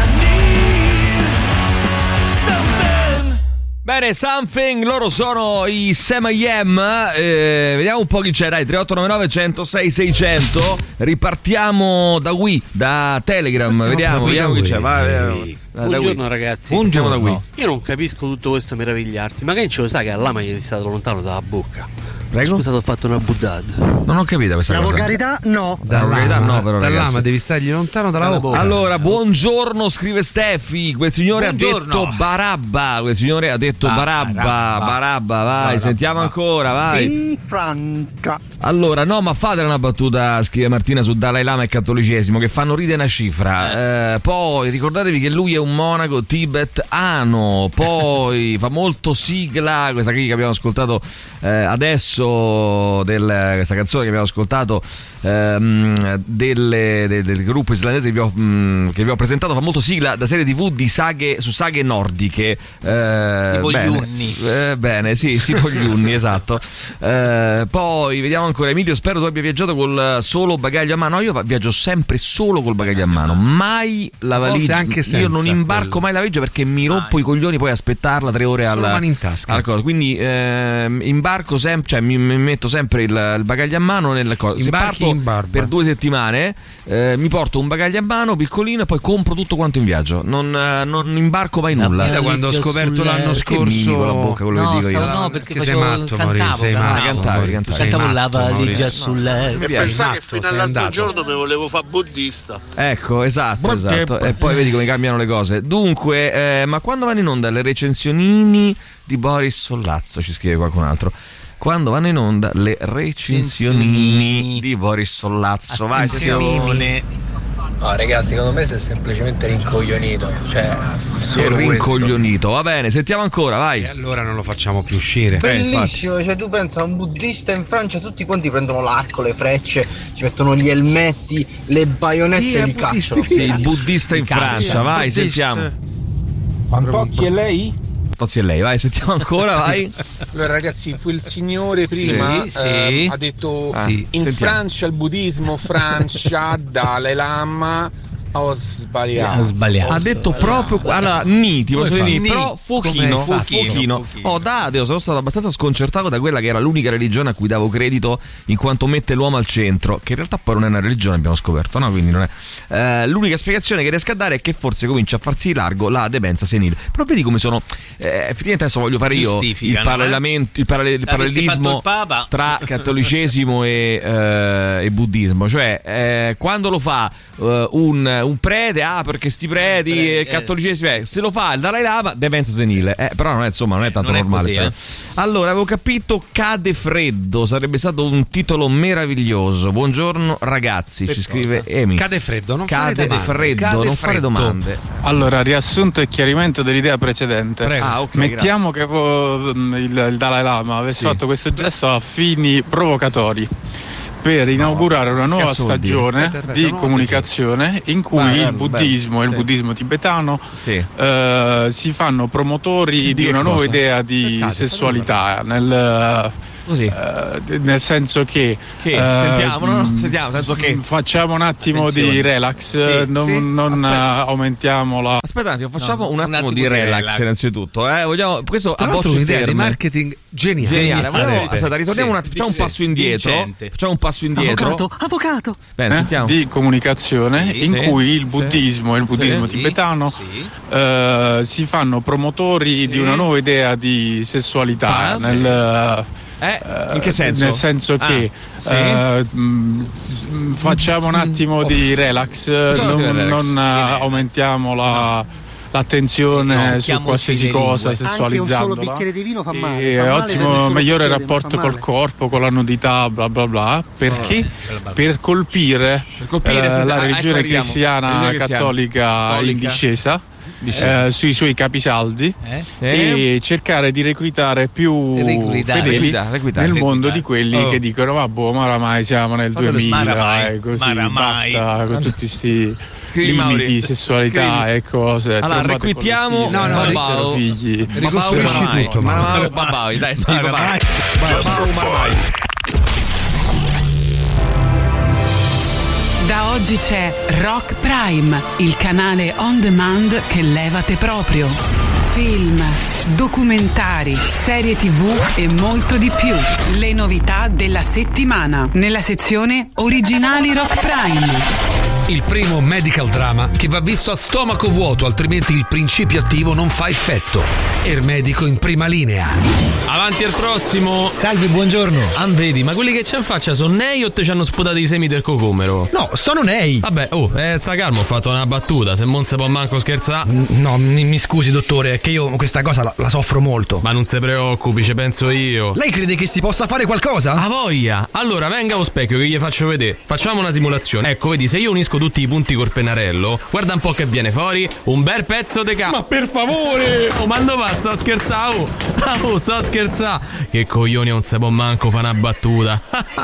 Bene, Something, loro sono i Sam I Am. Vediamo un po' chi c'è, dai, 3899 106 600. Ripartiamo da Telegram, vediamo chi c'è. Vai. Buongiorno ragazzi. Buongiorno da qui. Io non capisco tutto questo meravigliarsi. Ma che ce lo sa che all'ama gli è stato lontano dalla bocca? Prego? Scusate, ho fatto una buddad. Non ho capito questa cosa. La volgarità no. La volgarità no, però ragazzi. Dall'ama devi stargli lontano dalla bocca. Allora, buongiorno, scrive Steffi. Quel signore ha detto Barabba. Barabba, vai, sentiamo ancora, vai. In Francia. Allora, no, ma fatela una battuta, scrive Martina, su Dalai Lama e cattolicesimo, che fanno ridere una cifra. Poi ricordatevi che lui è un monaco tibetano. Poi fa molto sigla questa che abbiamo ascoltato adesso, questa canzone che abbiamo ascoltato del gruppo islandese che vi ho presentato, fa molto sigla da serie TV di saghe nordiche, tipo gli Unni. Bene, sì, tipo gli Unni, esatto. Poi vediamo ancora. Emilio, spero tu abbia viaggiato col solo bagaglio a mano. No, io viaggio sempre solo col bagaglio a mano, mai la valigia. Anche io non imbarco mai la valigia perché mi rompo i coglioni poi aspettarla 3 ore mani in tasca. Quindi imbarco sempre, cioè mi metto sempre il bagaglio a mano nel se parto per 2 settimane, mi porto un bagaglio a mano piccolino e poi compro tutto quanto in viaggio. Non imbarco mai nulla. Da quando ho scoperto l'anno scorso con la bocca, quello che dico io. No, perché sei matto, cantavi la valigia sul letto. E pensare che fino all'altro giorno mi volevo fare buddista. Ecco, esatto. E poi vedi come cambiano le cose. Dunque, ma quando vanno in onda le recensionini di Boris Sollazzo, ci scrive qualcun altro. Quando vanno in onda le recensionini di Boris Sollazzo. Vai, No, ragazzi, secondo me si è semplicemente rincoglionito. Cioè, solo rincoglionito. Va bene, sentiamo ancora, vai. E allora non lo facciamo più uscire. Bellissimo, cioè tu pensa a un buddista in Francia, tutti quanti prendono l'arco, le frecce, ci mettono gli elmetti, le baionette e li cacciano. Sì, il buddista in Francia, vai, sentiamo. Fantozzi e lei? Vai, sentiamo ancora, vai. Allora ragazzi, quel signore prima ha detto in Francia il buddismo, Francia, Dalai Lama. Ho sbagliato. Ha detto proprio allora però Fuochino. Sono stato abbastanza sconcertato da quella che era l'unica religione a cui davo credito in quanto mette l'uomo al centro, che in realtà poi non è una religione, abbiamo scoperto, no? Quindi non è l'unica spiegazione che riesco a dare è che forse comincia a farsi largo la demenza senile. Però vedi come sono effettivamente adesso voglio fare io il parallelismo tra cattolicesimo e buddismo, cioè quando lo fa un prete, perché sti preti cattolicesimi, se lo fa il Dalai Lama, demenza senile, però non è tanto normale così, Allora, avevo capito Cade freddo, sarebbe stato un titolo meraviglioso. Buongiorno ragazzi, ci scrive Emi. Cade freddo, non fare domande. Allora, riassunto e chiarimento dell'idea precedente. Mettiamo che il Dalai Lama avesse fatto questo gesto a fini provocatori per inaugurare una nuova stagione di comunicazione in cui il buddismo e il buddismo tibetano si fanno promotori di una nuova idea di sessualità Così. Nel senso che sentiamo, nel senso che facciamo un attimo di relax, non aumentiamo la. Aspetta un attimo, facciamo un attimo di relax innanzitutto. Vogliamo, questo a bocce un'idea di marketing geniale. Aspetta, ritorniamo un attimo, facciamo un passo indietro. Avvocato. Bene, sentiamo. Di comunicazione in cui il buddismo e il buddismo tibetano si fanno promotori di una nuova idea di sessualità in che senso? Nel senso che facciamo un attimo di relax, non aumentiamo l'attenzione su qualsiasi cosa, sessualizzandola. Anche un solo bicchiere di vino fa male. Ottimo, migliore rapporto col corpo, con la nudità, bla bla bla. Perché? Per colpire la religione cristiana cattolica in discesa. Sui suoi capisaldi e cercare di reclutare più fedeli nel mondo di quelli che dicono vabbè, ma oramai siamo nel 2000 e così basta con tutti sti limiti, sessualità e cose. Allora requitiamo figli, ricostruisci tutto, dai, Da oggi c'è Rock Prime, il canale on demand che levate proprio. Film, documentari, serie TV e molto di più. Le novità della settimana nella sezione Originali Rock Prime. Il primo medical drama che va visto a stomaco vuoto, altrimenti il principio attivo non fa effetto. Ermedico in prima linea. Avanti al prossimo. Salve, buongiorno. Vedi, ma quelli che c'è in faccia sono nei o te ci hanno sputato i semi del cocomero? No, sono nei. Vabbè, sta calmo, ho fatto una battuta, se non si può manco scherzare. No, mi scusi dottore, è che io questa cosa la soffro molto. Ma non si preoccupi, ci penso io. Lei crede che si possa fare qualcosa? A voglia. Allora venga allo specchio che gli faccio vedere. Facciamo una simulazione. Ecco, vedi, se io unisco tutti i punti col pennarello, guarda un po' che viene fuori. Un bel pezzo di Ma per favore! Mando va, sto scherzando. Sto scherzando. Che coglioni, non si può manco fa una battuta.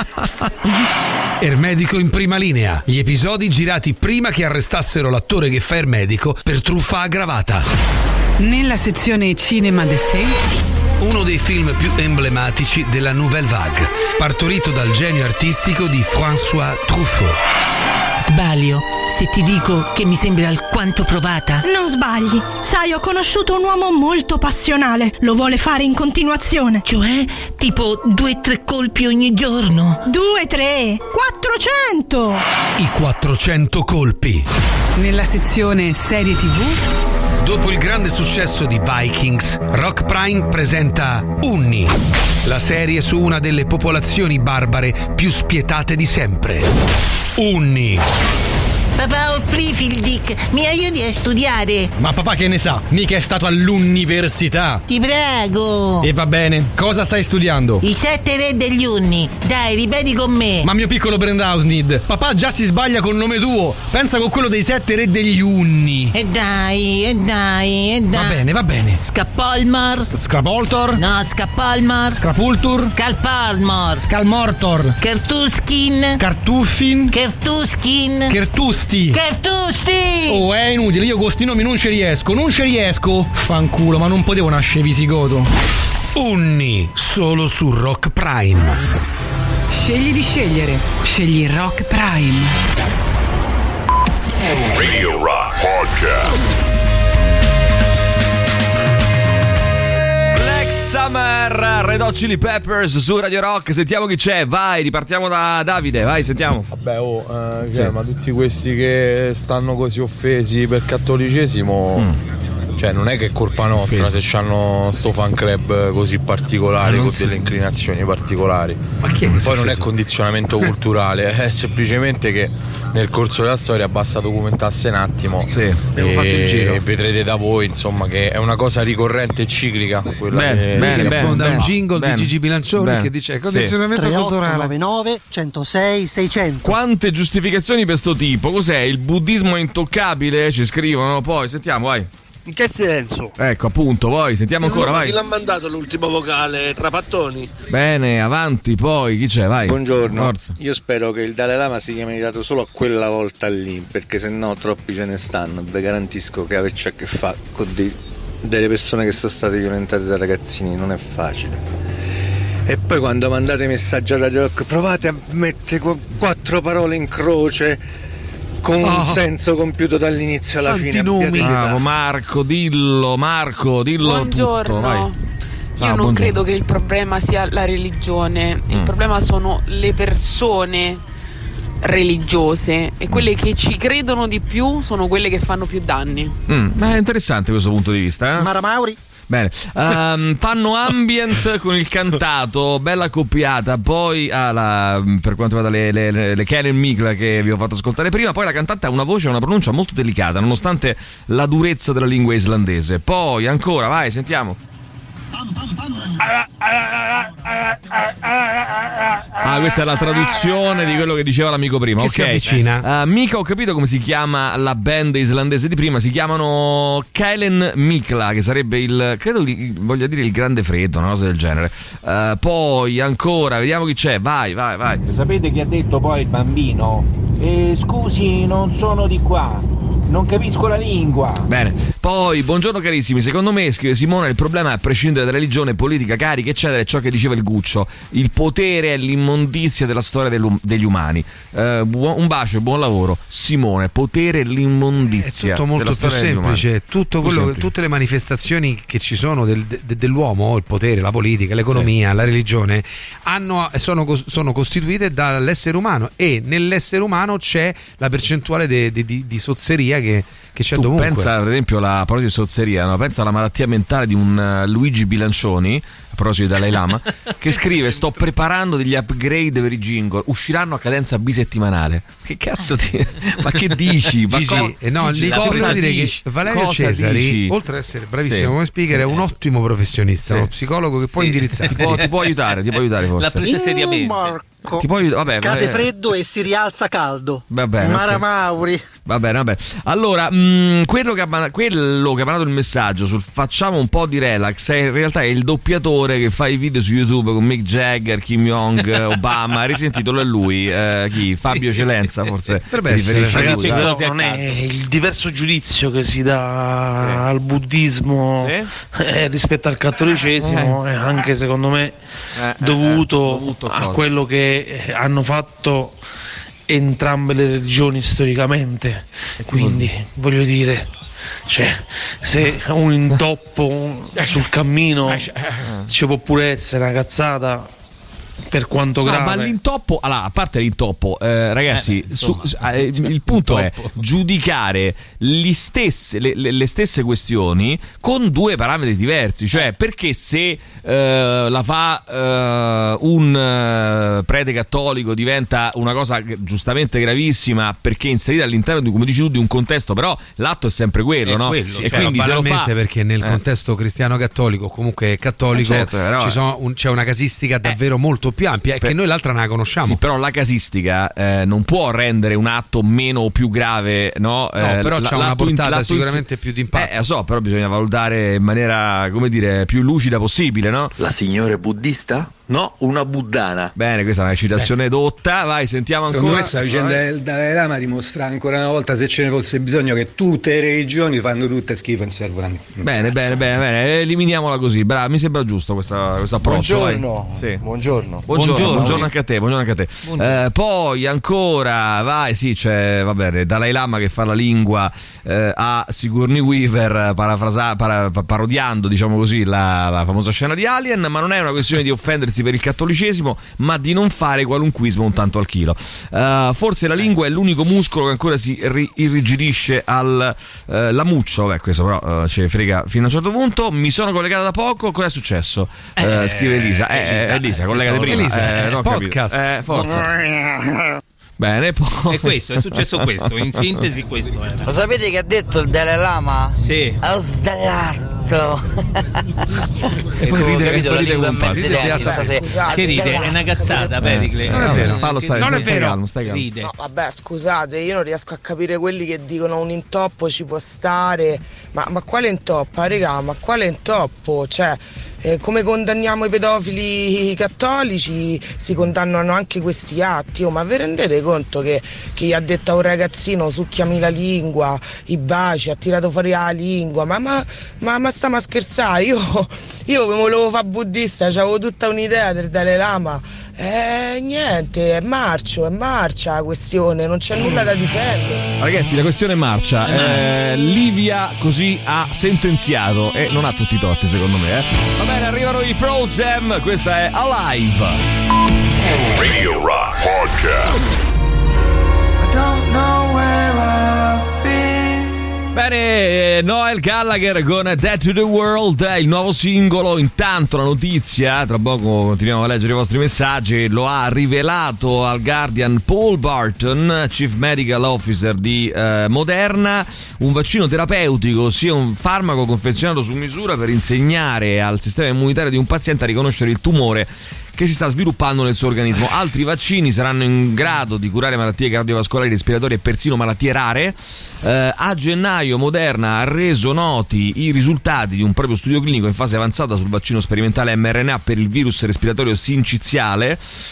Ermedico in prima linea. Gli episodi girati prima che arrestassero l'attore che fa Ermedico per truffa aggravata. Nella sezione Cinema d'Essai, uno dei film più emblematici della Nouvelle Vague, partorito dal genio artistico di François Truffaut. Sbaglio se ti dico che mi sembra alquanto provata? Non sbagli. Sai, ho conosciuto un uomo molto passionale. Lo vuole fare in continuazione. Cioè, tipo 2-3 colpi ogni giorno? 2-3? 400! I 400 colpi. Nella sezione Serie TV, dopo il grande successo di Vikings, Rock Prime presenta Unni, la serie su una delle popolazioni barbare più spietate di sempre. Unni. Papà, ho Prifildic, mi aiuti a studiare? Ma papà che ne sa? Mica è stato all'università. Ti prego. E va bene, cosa stai studiando? I 7 re degli Unni. Dai, ripeti con me. Ma mio piccolo Brandhausnid, papà già si sbaglia col nome tuo. Pensa con quello dei 7 re degli Unni. E dai. Va bene. Scappolmor. Scrapoltor? No, Scappolmor. Scrapultur? Scalpalmor. Scalmortor. Kertuskin. Cartuffin. Kertuskin. Kertusti. Oh, è inutile, io con questi nomi non ci riesco. Fanculo, ma non potevo nascere visigoto. Unni, solo su Rock Prime. Scegli di scegliere. Scegli Rock Prime. Radio Rock Podcast. Summer, Red Hot Chili Peppers su Radio Rock. Sentiamo chi c'è, vai, ripartiamo da Davide, vai, sentiamo. Vabbè, ma tutti questi che stanno così offesi per cattolicesimo, cioè non è che è colpa nostra se hanno sto fan club così particolari, con delle inclinazioni particolari. Ma chi è che poi non è condizionamento culturale, è semplicemente che nel corso della storia basta documentarsi un attimo fatto il giro. E vedrete da voi insomma che è una cosa ricorrente e ciclica quella bene, risponde a un jingle di Gigi Bilancioni che dice condizionamento culturale. 3899 106 600. Quante giustificazioni per sto tipo? Cos'è? Il buddismo è intoccabile? Ci scrivono, poi sentiamo, vai. In che senso? Ecco, appunto, poi sentiamo ancora, vai. Chi l'ha mandato l'ultimo vocale? Trapattoni? Bene, avanti, poi chi c'è? Vai. Buongiorno. Forza. Io spero che il Dalai Lama sia meritato solo a quella volta lì, perché se no troppi ce ne stanno. Vi garantisco che averci a che fare con delle persone che sono state violentate da ragazzini non è facile. E poi quando mandate messaggi a Radio Rock provate a mettere 4 parole in croce con un senso compiuto dall'inizio alla fine. Bravo Marco, dillo Buongiorno. tutto, vai. Io non credo che il problema sia la religione, il problema sono le persone religiose, e quelle che ci credono di più sono quelle che fanno più danni. Ma è interessante questo punto di vista, Mara Mauri. Bene, fanno ambient con il cantato, bella accoppiata. Poi per quanto riguarda le Kellen Mikla che vi ho fatto ascoltare prima, poi la cantante ha una voce e una pronuncia molto delicata nonostante la durezza della lingua islandese. Poi ancora, vai, sentiamo. Questa è la traduzione di quello che diceva l'amico prima. Che si avvicina. Mica ho capito come si chiama la band islandese di prima. Si chiamano Kellen Mikla, che sarebbe voglio dire il grande freddo, una cosa del genere. Poi ancora, vediamo chi c'è. Vai. Sapete che ha detto poi il bambino? Scusi, non sono di qua, non capisco la lingua. Bene, poi buongiorno carissimi, secondo me, scrive Simone, il problema è, a prescindere da religione, politica, carica eccetera, è ciò che diceva il Guccio: il potere è l'immondizia della storia degli umani. Un bacio e buon lavoro Simone. Potere è l'immondizia. È tutto molto più semplice, tutte le manifestazioni che ci sono dell'uomo, il potere, la politica, l'economia, la religione, sono costituite dall'essere umano, e nell'essere umano c'è la percentuale di sozzeria che c'è dovunque. Pensa, per esempio, a proposito di sozzeria, no? Pensa alla malattia mentale di un Luigi Bilancioni, a proposito di Dalai Lama, che scrive: sto preparando degli upgrade per i jingle, usciranno a cadenza bisettimanale. Che cazzo ma che dici? Cosa dire che Valerio Cesari, oltre ad essere bravissimo come speaker, è un ottimo professionista, uno psicologo che può indirizzare. Ti può aiutare forse. L'ha presa seriamente. Cade freddo e si rialza caldo. Va bene, Mara Mauri. Va bene. Allora, quello che ha mandato il messaggio sul facciamo un po' di relax in realtà è il doppiatore che fa i video su YouTube con Mick Jagger, Kim Jong, Obama. Hai risentito? È lui? Fabio Celenza, forse. Ragazzi, però non è il diverso giudizio che si dà al buddismo rispetto al cattolicesimo, è anche secondo me dovuto a quello che hanno fatto entrambe le religioni storicamente. Quindi voglio dire, se un intoppo sul cammino ci può pure essere una cazzata, per quanto grave. Ma l'intoppo, a parte l'intoppo, ragazzi, il punto è giudicare le stesse questioni con due parametri diversi. Cioè, perché se la fa un prete cattolico diventa una cosa giustamente gravissima perché inserita all'interno di, come dici tu, di un contesto, però l'atto è sempre quello, no? E quindi se lo fa, perché nel contesto cristiano cattolico, comunque cattolico, c'è una casistica davvero molto più ampia, e che noi l'altra non la conosciamo. Sì, però la casistica non può rendere un atto meno o più grave, no? Però c'ha una portata sicuramente più di impatto. Lo so, però bisogna valutare in maniera, come dire, più lucida possibile, no? La signora è buddista? No, una buddana. Bene, questa è una citazione dotta. Vai, sentiamo ancora. Secondo me questa vicenda del Dalai Lama dimostra ancora una volta, se ce ne fosse bisogno, che tutte le religioni fanno tutte schifo e non servono a niente. Bene, eliminiamola così. Bravo, mi sembra giusto questo approccio. Buongiorno anche a te. Poi ancora, vai, c'è, va bene, Dalai Lama che fa la lingua a Sigourney Weaver, parodiando, diciamo così, la famosa scena di Alien, ma non è una questione di offendersi per il cattolicesimo, ma di non fare qualunquismo un tanto al chilo. Forse la lingua è l'unico muscolo che ancora si irrigidisce al lamuccio. Questo però ci frega fino a un certo punto. Mi sono collegata da poco, cosa è successo? Scrive Elisa. Elisa, collegata prima. Podcast. Forza. Bene, poi è questo, è successo questo, in sintesi questo era. Lo sapete che ha detto il Dalai Lama? Sì. Ho sbagliato. E poi capito la lingua a mezzi denti. Che ride, è una cazzata, Pericle. Non è vero, fallo stare, non è vero. Calmo, stai calmo. No, vabbè, scusate, io non riesco a capire quelli che dicono un intoppo ci può stare. Ma quale intoppo, raga? Ma quale intoppo? Cioè, come condanniamo i pedofili cattolici, si condannano anche questi atti. Ma vi rendete conto che gli ha detto a un ragazzino succhiami la lingua, i baci, ha tirato fuori la lingua? Ma stiamo a scherzare? Io mi volevo fare buddista, avevo tutta un'idea del Dalai Lama. Niente, è marcia la questione, non c'è nulla da difendere. Ragazzi, la questione è marcia. Livia così ha sentenziato e non ha tutti i torti, secondo me. Va bene, arrivano i Pro Jam, questa è Alive. Radio Rock Podcast. I don't know where I've been. Bene, Noel Gallagher con Dead to the World, il nuovo singolo. Intanto la notizia, tra poco continuiamo a leggere i vostri messaggi, lo ha rivelato al Guardian Paul Barton, Chief Medical Officer di Moderna. Un vaccino terapeutico, ossia un farmaco confezionato su misura per insegnare al sistema immunitario di un paziente a riconoscere il tumore che si sta sviluppando nel suo organismo. Altri vaccini saranno in grado di curare malattie cardiovascolari, respiratorie e persino malattie rare. A gennaio Moderna ha reso noti i risultati di un proprio studio clinico in fase avanzata sul vaccino sperimentale mRNA per il virus respiratorio sinciziale,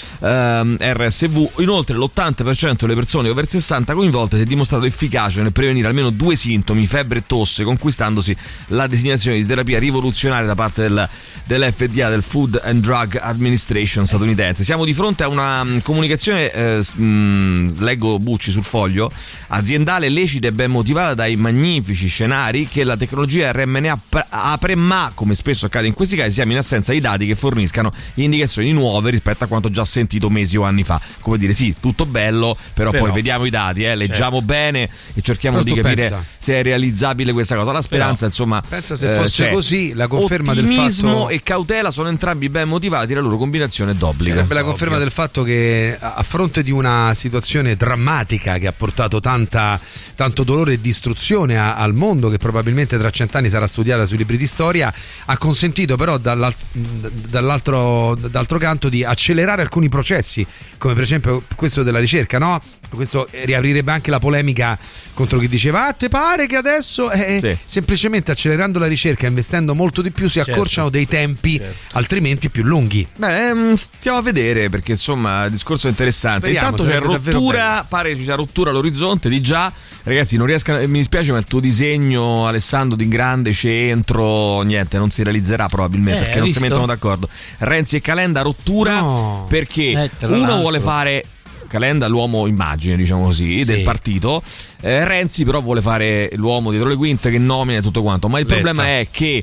RSV. Inoltre l'80% delle persone over 60 coinvolte si è dimostrato efficace nel prevenire almeno 2 sintomi, febbre e tosse, conquistandosi la designazione di terapia rivoluzionaria da parte dell'FDA, del Food and Drug Administration statunitense. Siamo di fronte a una comunicazione, leggo Bucci sul Foglio, aziendale, lecita e ben motivata dai magnifici scenari che la tecnologia RMNA apre, ma come spesso accade in questi casi siamo in assenza di dati che forniscano indicazioni nuove rispetto a quanto già sentito mesi o anni fa. Come dire, sì, tutto bello, però poi vediamo i dati, leggiamo bene e cerchiamo di capire se è realizzabile questa cosa. La speranza, insomma, pensa se fosse così, la conferma del fatto, ottimismo e cautela sono entrambi ben motivati, la loro combinazione d'obbligo. Sarebbe la conferma del fatto che a fronte di una situazione drammatica che ha portato tanto dolore e distruzione al mondo, che probabilmente tra 100 anni sarà studiata sui libri di storia, ha consentito però dall'altro canto di accelerare alcuni processi, come per esempio questo della ricerca, no? Questo riaprirebbe anche la polemica contro chi diceva te pare che adesso semplicemente accelerando la ricerca, investendo molto di più, si accorciano dei tempi altrimenti più lunghi. Stiamo a vedere, perché insomma il discorso è interessante. Intanto c'è rottura, pare che ci sia rottura all'orizzonte di già. Ragazzi, non riesco, mi dispiace, ma il tuo disegno, Alessandro, di grande centro, niente, non si realizzerà probabilmente perché non si mettono d'accordo. Renzi e Calenda, rottura, perché uno vuole fare Calenda l'uomo immagine, diciamo così, del partito. Renzi però vuole fare l'uomo dietro le quinte che nomina e tutto quanto, ma il problema è che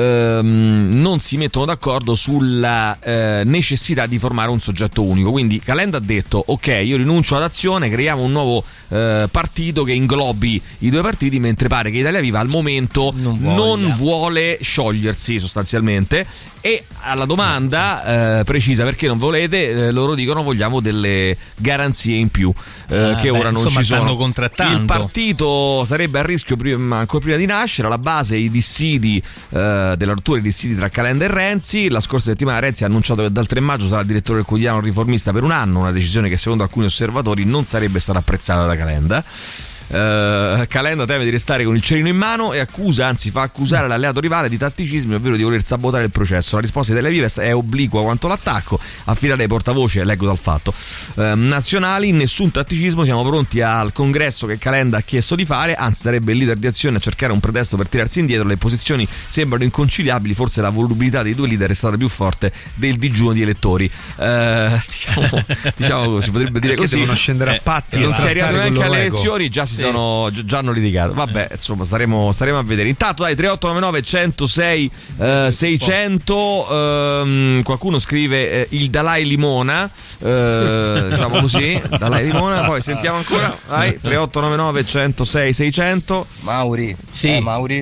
non si mettono d'accordo sulla necessità di formare un soggetto unico. Quindi Calenda ha detto ok, io rinuncio ad Azione, creiamo un nuovo partito che inglobi i due partiti, mentre pare che Italia Viva al momento non vuole sciogliersi sostanzialmente. E alla domanda precisa perché non volete, loro dicono vogliamo delle garanzie in più che ora non ci sono. Contrattando. Il partito sarebbe a rischio ancora prima di nascere. Alla base i dissidi della rottura, i dissidi tra Calenda e Renzi. La scorsa settimana Renzi ha annunciato che dal 3 maggio sarà direttore del quotidiano Riformista per un anno, una decisione che secondo alcuni osservatori non sarebbe stata apprezzata da Calenda. Calenda teme di restare con il cerino in mano e fa accusare l'alleato rivale di tatticismo, ovvero di voler sabotare il processo. La risposta di Italia Viva è obliqua quanto l'attacco, affidata ai portavoce, leggo dal Fatto, nazionali. Nessun tatticismo, siamo pronti al congresso che Calenda ha chiesto di fare, anzi sarebbe il leader di Azione a cercare un pretesto per tirarsi indietro. Le posizioni sembrano inconciliabili, forse la volubilità dei due leader è stata più forte del digiuno di elettori. Diciamo si potrebbe dire così. Devono scendere a patti, non si è arrivato neanche alle elezioni, già hanno litigato. Vabbè, insomma, staremo a vedere. Intanto dai, 3899 106 600. Qualcuno scrive il Dalai Limona, diciamo così, Dalai Limona. Poi sentiamo ancora, dai, 3899 106 600. Mauri. Mauri.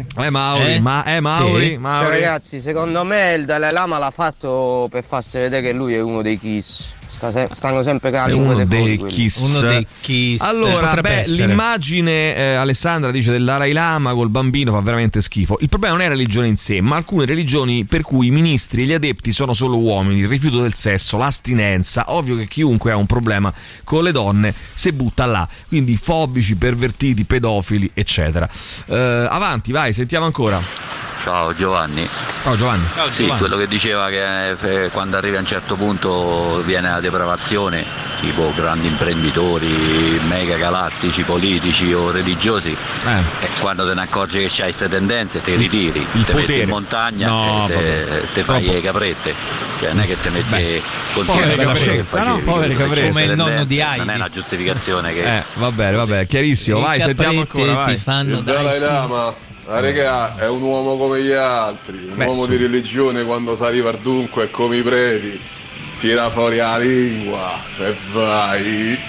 Cioè, ragazzi, secondo me il Dalai Lama l'ha fatto per farsi vedere che lui è uno dei Kiss. Stanno sempre con la lingua dei Kiss. Allora, l'immagine, Alessandra dice, del Dalai Lama col bambino fa veramente schifo. Il problema non è la religione in sé, ma alcune religioni per cui i ministri e gli adepti sono solo uomini, il rifiuto del sesso, l'astinenza. Ovvio che chiunque ha un problema con le donne si butta là, quindi fobici, pervertiti, pedofili, eccetera. Avanti, vai, sentiamo ancora. Ciao Giovanni. Ciao Giovanni. Sì, quello che diceva che quando arrivi a un certo punto viene la depravazione, tipo grandi imprenditori, mega galattici, politici o religiosi, e quando te ne accorgi che c'hai queste tendenze te ritiri, te metti in montagna e te fai le caprette, cioè non è che te metti continui a fare poveri caprette, come il nonno di Heidi. Non è una giustificazione che va bene, chiarissimo. Vai, sentiamo ancora, vai. Ti fanno la regà è un uomo come gli altri, un uomo di religione. Quando si arriva al dunque è come i preti, tira fuori la lingua e vai.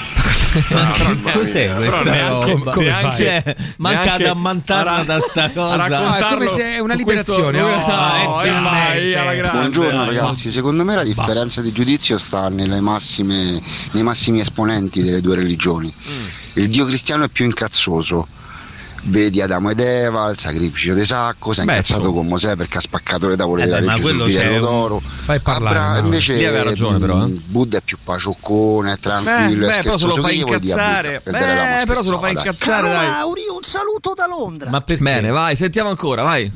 Cos'è questa roba? Manca ad ammantarla da sta cosa. È come se è una liberazione. Buongiorno ragazzi, secondo me la differenza di giudizio sta nei massimi esponenti delle due religioni. Il Dio cristiano è più incazzoso. Vedi Adamo ed Eva, il sacrificio di Sacco, si è incazzato con Mosè perché ha spaccato le tavole della legge sul filo d'oro. Fai parlare, invece aveva ragione, però. Buddha è più pacioccone, è tranquillo, è però se lo fai incazzare. Però se lo fai incazzare, dai. Mauri, un saluto da Londra. Ma perché? Bene, vai, sentiamo ancora, vai.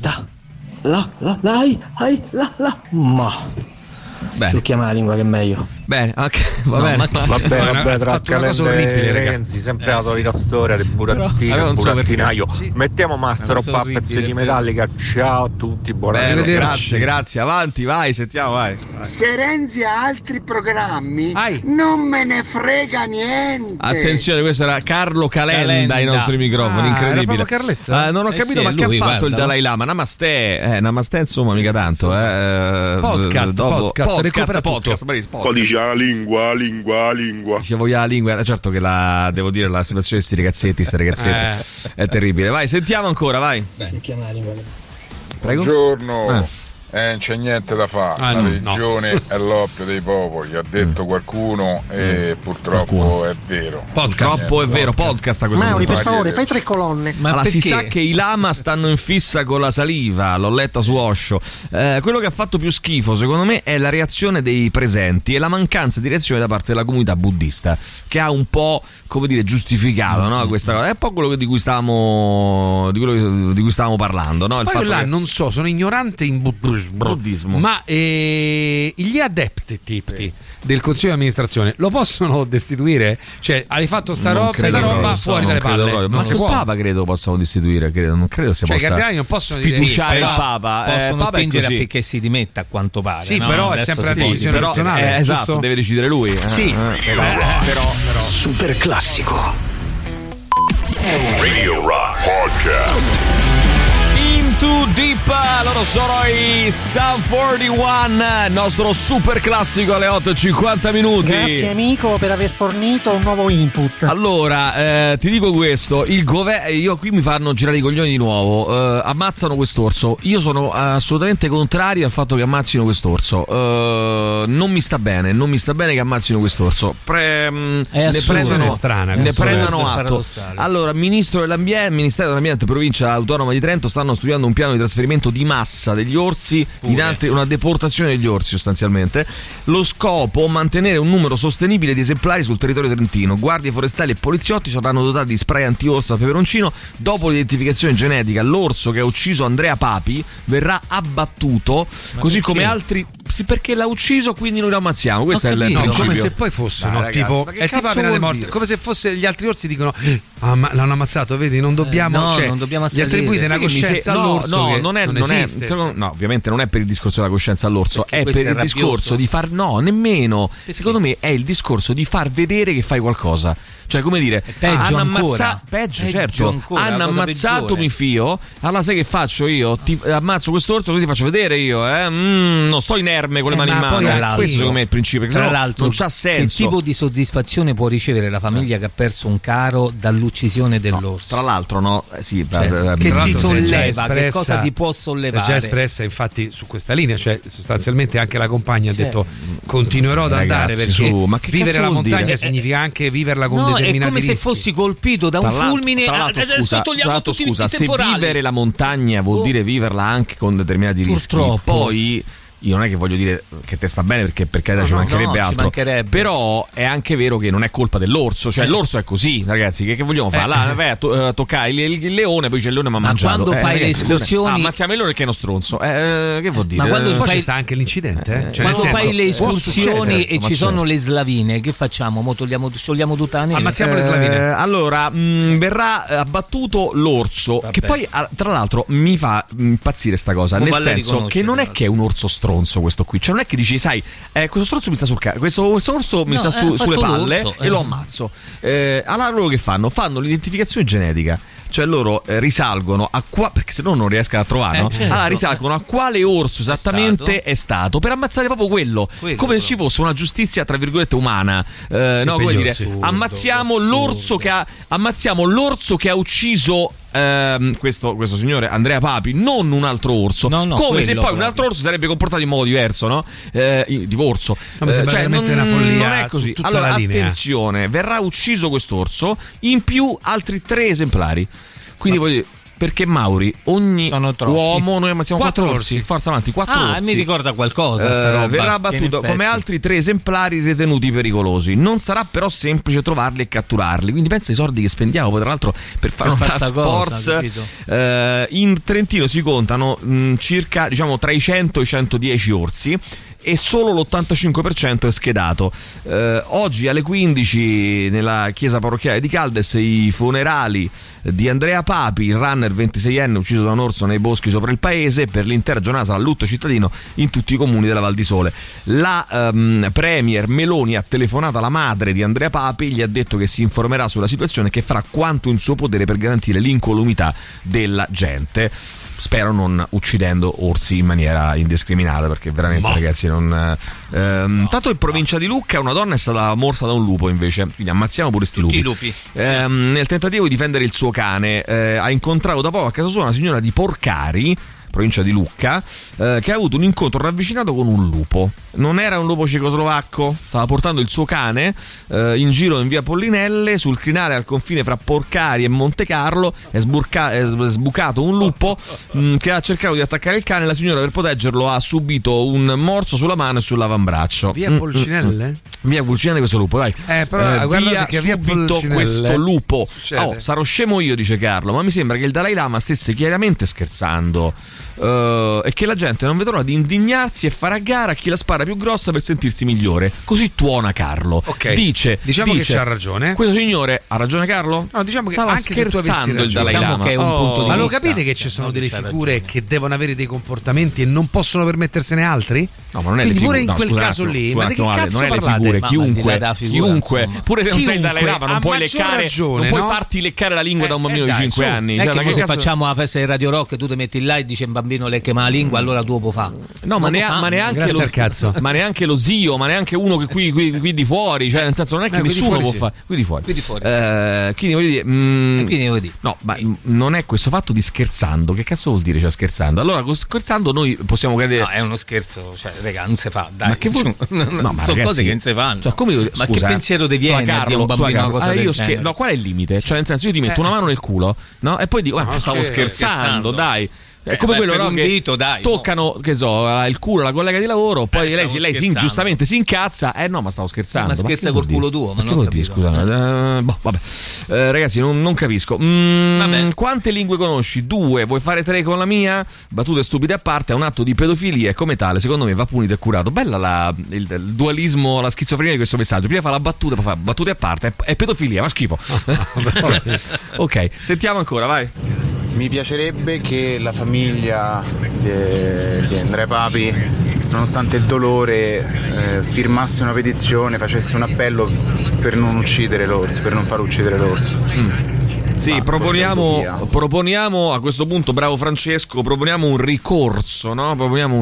Se chiama la lingua che è meglio. Bene, va bene. Vabbè, tra fatto una cosa orribile, Renzi, sempre la solita storia del burattino, il burattinaio. Mettiamo Mastro Puppets di Metallica. Ciao a tutti, buonanotte. Grazie, avanti, vai, sentiamo, vai. Se Renzi ha altri programmi, non me ne frega niente. Attenzione, questo era Carlo Calenda ai nostri microfoni, incredibile. Non ho capito, ma che ha fatto il Dalai Lama? Namaste, insomma, mica tanto. Podcast. Codice la lingua. Dicevo la lingua, certo che devo dire la situazione di sti ragazzetti è terribile. Vai, sentiamo ancora, vai. Si chiama la lingua. Prego. Buongiorno. Non c'è niente da fare, la religione è l'oppio dei popoli, ha detto qualcuno e purtroppo è vero. Purtroppo è vero, podcast a questo Mauri, per favore, fai 3 colonne. Ma si sa che i lama stanno in fissa con la saliva, l'ho letta su Osho. Quello che ha fatto più schifo secondo me è la reazione dei presenti e la mancanza di reazione da parte della comunità buddista, che ha un po', come dire, giustificato, no, questa cosa. È un po' quello di cui stavamo parlando, no? Il poi fatto là che... non so, sono ignorante in buddismo. Ma gli adepti del consiglio di amministrazione lo possono destituire? Cioè, hai fatto sta roba fuori dalle palle. Ma se il Papa credo possano destituire, non credo sia i cardinali non possono sfiduciare il Papa. Possono spingere affinché si dimetta, a quanto pare. Sì, però è sempre una decisione personale. Esatto, deve decidere lui. Sì, però super classico. Radio Rock Podcast. Too Deep, loro sono i Sum 41, nostro super classico alle 8:50 minuti. Grazie amico per aver fornito un nuovo input. Allora, ti dico questo, io qui mi fanno girare i coglioni di nuovo, ammazzano quest'orso, io sono assolutamente contrario al fatto che ammazzino quest'orso, non mi sta bene che ammazzino quest'orso, ne prendano atto. Allora, Ministero dell'Ambiente, Provincia Autonoma di Trento stanno studiando un piano di trasferimento di massa degli orsi, una deportazione degli orsi sostanzialmente. Lo scopo: mantenere un numero sostenibile di esemplari sul territorio trentino. Guardie forestali e poliziotti saranno dotati di spray anti-orso a peperoncino. Dopo l'identificazione genetica, l'orso che ha ucciso Andrea Papi verrà abbattuto, così come altri. Sì, perché l'ha ucciso, quindi noi lo ammazziamo. Questo è il principio. Come se poi fosse tipo è tipo la pena di morte, come se fosse gli altri orsi dicono l'hanno ammazzato, vedi, non dobbiamo gli attribuite una coscienza all'orso. No, ovviamente non è per il discorso della coscienza all'orso, perché è per il discorso di far nemmeno. Perché? Secondo me è il discorso di far vedere che fai qualcosa. Cioè, come dire, peggio certo. Ancora, hanno ammazzato mio figlio. Allora sai che faccio io? Ti ammazzo quest'orso, così ti faccio vedere io, non sto inerme con le mani in mano. Questo secondo me è il principio. Tra l'altro, non c'ha senso. Che tipo di soddisfazione può ricevere la famiglia che ha perso un caro dall'uccisione dell'orso? Tra l'altro, no, sì, che ti solleva, che cosa ti può sollevare? Si è già espressa infatti su questa linea, cioè sostanzialmente anche la compagna ha detto continuerò ad andare, perché vivere la montagna significa anche viverla con è come se fossi colpito da un fulmine sotto gli scusa, se vivere la montagna vuol dire viverla anche con determinati rischi, poi io non è che voglio dire che te sta bene, perché per carità ci mancherebbe altro, però è anche vero che non è colpa dell'orso, cioè l'orso è così, ragazzi, che vogliamo fare? Là vai a toccare il leone, poi c'è il leone ma mangiato. Quando fai le escursioni, ammazziamo il leone che è uno stronzo, che vuol dire? Ma quando poi ci sta anche l'incidente, cioè quando fai le escursioni e ci sono le slavine, che facciamo? Sciogliamo tutta la neve, ammazziamo le slavine. Allora verrà abbattuto l'orso, che poi tra l'altro mi fa impazzire sta cosa, nel senso che non è che è un orso stronzo questo qui, cioè non è che dici sai questo stronzo mi sta sul questo orso mi sta sulle palle e lo ammazzo. Allora loro che fanno l'identificazione genetica, cioè loro risalgono a perché se no non riescono a trovare, no? Certo. Allora risalgono a quale orso esattamente è stato per ammazzare proprio quello come se ci fosse una giustizia tra virgolette umana, no, come dire, ammazziamo l'orso che ha ucciso questo signore Andrea Papi, non un altro orso, come se poi un altro orso sarebbe comportato in modo diverso, no? Divorzo, cioè una follia, non è così. Allora attenzione, verrà ucciso quest'orso, in più altri 3 esemplari, quindi voglio dire, perché Mauri, ogni uomo noi ammazziamo 4 orsi. Forza avanti, 4 orsi. Mi ricorda qualcosa sta roba, verrà abbattuto come altri 3 esemplari ritenuti pericolosi. Non sarà però semplice trovarli e catturarli, quindi pensa ai soldi che spendiamo poi, tra l'altro, per fare una task force. In Trentino si contano circa, diciamo, tra i 100 e i 110 orsi e solo l'85% è schedato. Oggi alle 15 nella chiesa parrocchiale di Caldes i funerali di Andrea Papi, il runner 26enne ucciso da un orso nei boschi sopra il paese. Per l'intera giornata sarà lutto cittadino in tutti i comuni della Val di Sole. La premier Meloni ha telefonato alla madre di Andrea Papi, gli ha detto che si informerà sulla situazione e che farà quanto in suo potere per garantire l'incolumità della gente. Spero non uccidendo orsi in maniera indiscriminata, perché veramente ragazzi non tanto in provincia di Lucca una donna è stata morsa da un lupo invece, quindi ammazziamo pure sti lupi. Nel tentativo di difendere il suo cane ha incontrato da poco a casa sua una signora di Porcari, provincia di Lucca, che ha avuto un incontro ravvicinato con un lupo. Non era un lupo cecoslovacco, stava portando il suo cane in giro in via Pollinelle, sul crinale al confine fra Porcari e Montecarlo è sbucato un lupo che ha cercato di attaccare il cane. La signora, per proteggerlo, ha subito un morso sulla mano e sull'avambraccio. Via Polcinelle? Via Polcinelle questo lupo, dai. Però via subito questo lupo. Sarò scemo io, dice Carlo, ma mi sembra che il Dalai Lama stesse chiaramente scherzando. E che la gente non vede l'ora di indignarsi e fare a gara a chi la spara più grossa per sentirsi migliore. Così tuona Carlo. Diciamo che c'ha ragione. Questo signore ha ragione, Carlo? No, diciamo che stava anche scherzando il Dalai Lama, che è un punto di ma vista. lo capite che ci sono delle figure che devono avere dei comportamenti e non possono permettersene altri? No, ma non è quindi le pure in quel caso lì, ma di che cazzo non è le parlate? figure, chiunque, pure se non sei il Dalai Lama non puoi leccare, non puoi farti leccare la lingua da un bambino di 5 anni. È che se facciamo la festa di Radio Rock, tu ti metti là e dici un bambino lecchema la lingua, allora tu può fa. No, ma neanche lo zio, ma neanche uno che qui di fuori, cioè nel senso non è che nessuno può fare qui di fuori. Quindi voglio dire, no, ma non è questo fatto di scherzando. Che cazzo vuol dire, cioè scherzando? Allora scherzando noi possiamo credere. No, è uno scherzo, cioè raga, non si fa, dai. Ma che vuol... no, ma sono ragazzi, cose che non si fanno. Cioè, come ma che pensiero ti viene di un bambino una cosa del genere? No, qual è il limite? Cioè nel senso, io ti metto una mano nel culo, no? E poi dico, stavo scherzando, dai. È come quello, no, che dito, dai, toccano, che so, il culo alla collega di lavoro, poi lei giustamente si incazza. No, ma stavo scherzando. Ma scherza col culo tuo, ma non vuol dire, scusate. Vabbè. Ragazzi, non capisco. Quante lingue conosci? 2, vuoi fare 3 con la mia? Battute stupide a parte, è un atto di pedofilia e come tale, secondo me, va punito e curato. Bella il dualismo, la schizofrenia di questo messaggio. Prima fa la battuta, poi fa battute a parte, è pedofilia, ma schifo. Ok, sentiamo ancora, vai. Mi piacerebbe che la famiglia di Andrea Papi, nonostante il dolore, firmasse una petizione, facesse un appello per non uccidere l'orso, per non far uccidere l'orso. Sì, proponiamo a questo punto, bravo Francesco, proponiamo un ricorso, no?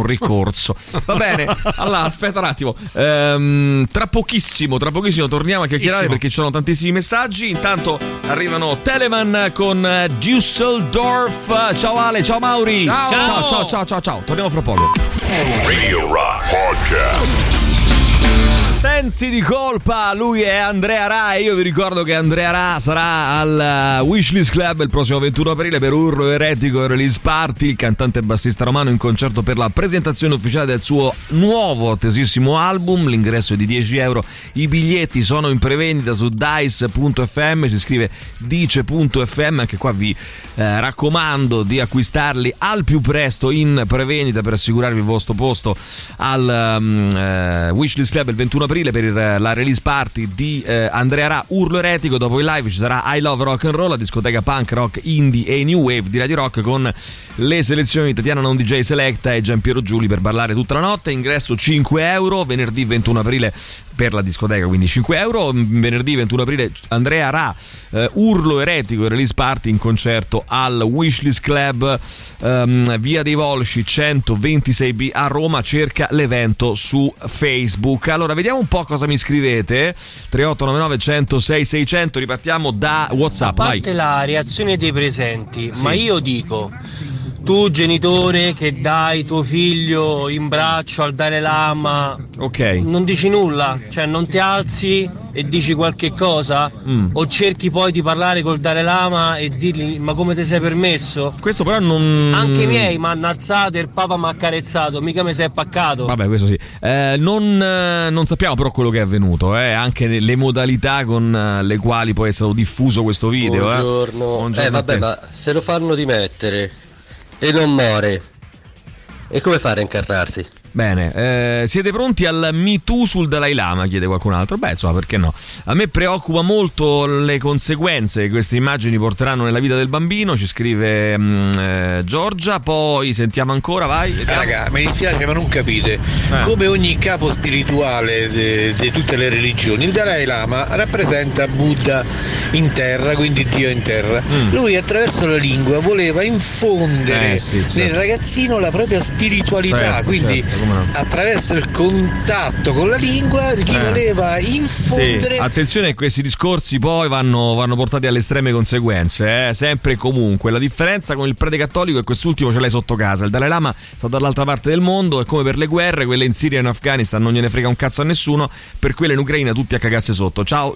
Va bene, allora aspetta un attimo. Tra pochissimo torniamo a chiacchierare perché ci sono tantissimi messaggi. Intanto arrivano Telemann con Düsseldorf. Ciao Ale, ciao Mauri. Ciao. Torniamo fra poco. Radio Rock Podcast. Sensi di colpa, lui è Andrea Ra e io vi ricordo che Andrea Ra sarà al Wishlist Club il prossimo 21 aprile per Urlo Eretico Release Party. Il cantante e bassista romano in concerto per la presentazione ufficiale del suo nuovo attesissimo album. L'ingresso è di €10, i biglietti sono in prevendita su dice.fm, si scrive dice.fm. Anche qua vi raccomando di acquistarli al più presto in prevendita per assicurarvi il vostro posto al Wishlist Club il 21 aprile per la release party di Andrea Ra, Urlo Eretico. Dopo il live ci sarà I Love Rock and Roll, la discoteca punk, rock, indie e new wave di Radio Rock, con le selezioni di Tatiana Non DJ Selecta e Giampiero Giuli per ballare tutta la notte. Ingresso €5, venerdì 21 aprile per la discoteca, quindi €5. Venerdì 21 aprile Andrea Ra, Urlo Eretico release party in concerto al Wishlist Club, via dei Volsci 126B a Roma. Cerca l'evento su Facebook. Allora vediamo un po' cosa mi scrivete. 3899 106 600. Ripartiamo da WhatsApp. A parte la reazione dei presenti, Sì. ma io dico, tu genitore che dai tuo figlio in braccio al Dalai Lama, ok, non dici nulla, cioè non ti alzi e dici qualche cosa, o cerchi poi di parlare col Dalai Lama e dirgli ma come ti sei permesso? Questo però non... Anche i miei mi hanno alzato e il Papa mi ha accarezzato, mica mi sei appaccato. Vabbè, questo sì. Non sappiamo però quello che è avvenuto, anche le modalità con le quali poi è stato diffuso questo video. Buongiorno. Buongiorno a Vabbè, te. ma se lo fanno dimettere e non muore, e come fare a incartarsi? Bene, siete pronti al Me Too sul Dalai Lama? Chiede qualcun altro. Beh, insomma, perché no? A me preoccupa molto le conseguenze che queste immagini porteranno nella vita del bambino, ci scrive Giorgia. Poi sentiamo ancora, vai. Vediamo. Raga, mi dispiace ma non capite. Come ogni capo spirituale di tutte le religioni, il Dalai Lama rappresenta Buddha in terra, quindi Dio in terra. Lui attraverso la lingua voleva infondere nel ragazzino la propria spiritualità, Certo, quindi certo, come no. attraverso il contatto con la lingua gli voleva infondere. Sì, attenzione, questi discorsi poi vanno portati alle estreme conseguenze, sempre e comunque. La differenza con il prete cattolico è quest'ultimo ce l'hai sotto casa. Il Dalai Lama sta dall'altra parte del mondo, è come per le guerre, quelle in Siria e in Afghanistan non gliene frega un cazzo a nessuno, per quelle in Ucraina tutti a cagarsi sotto. Ciao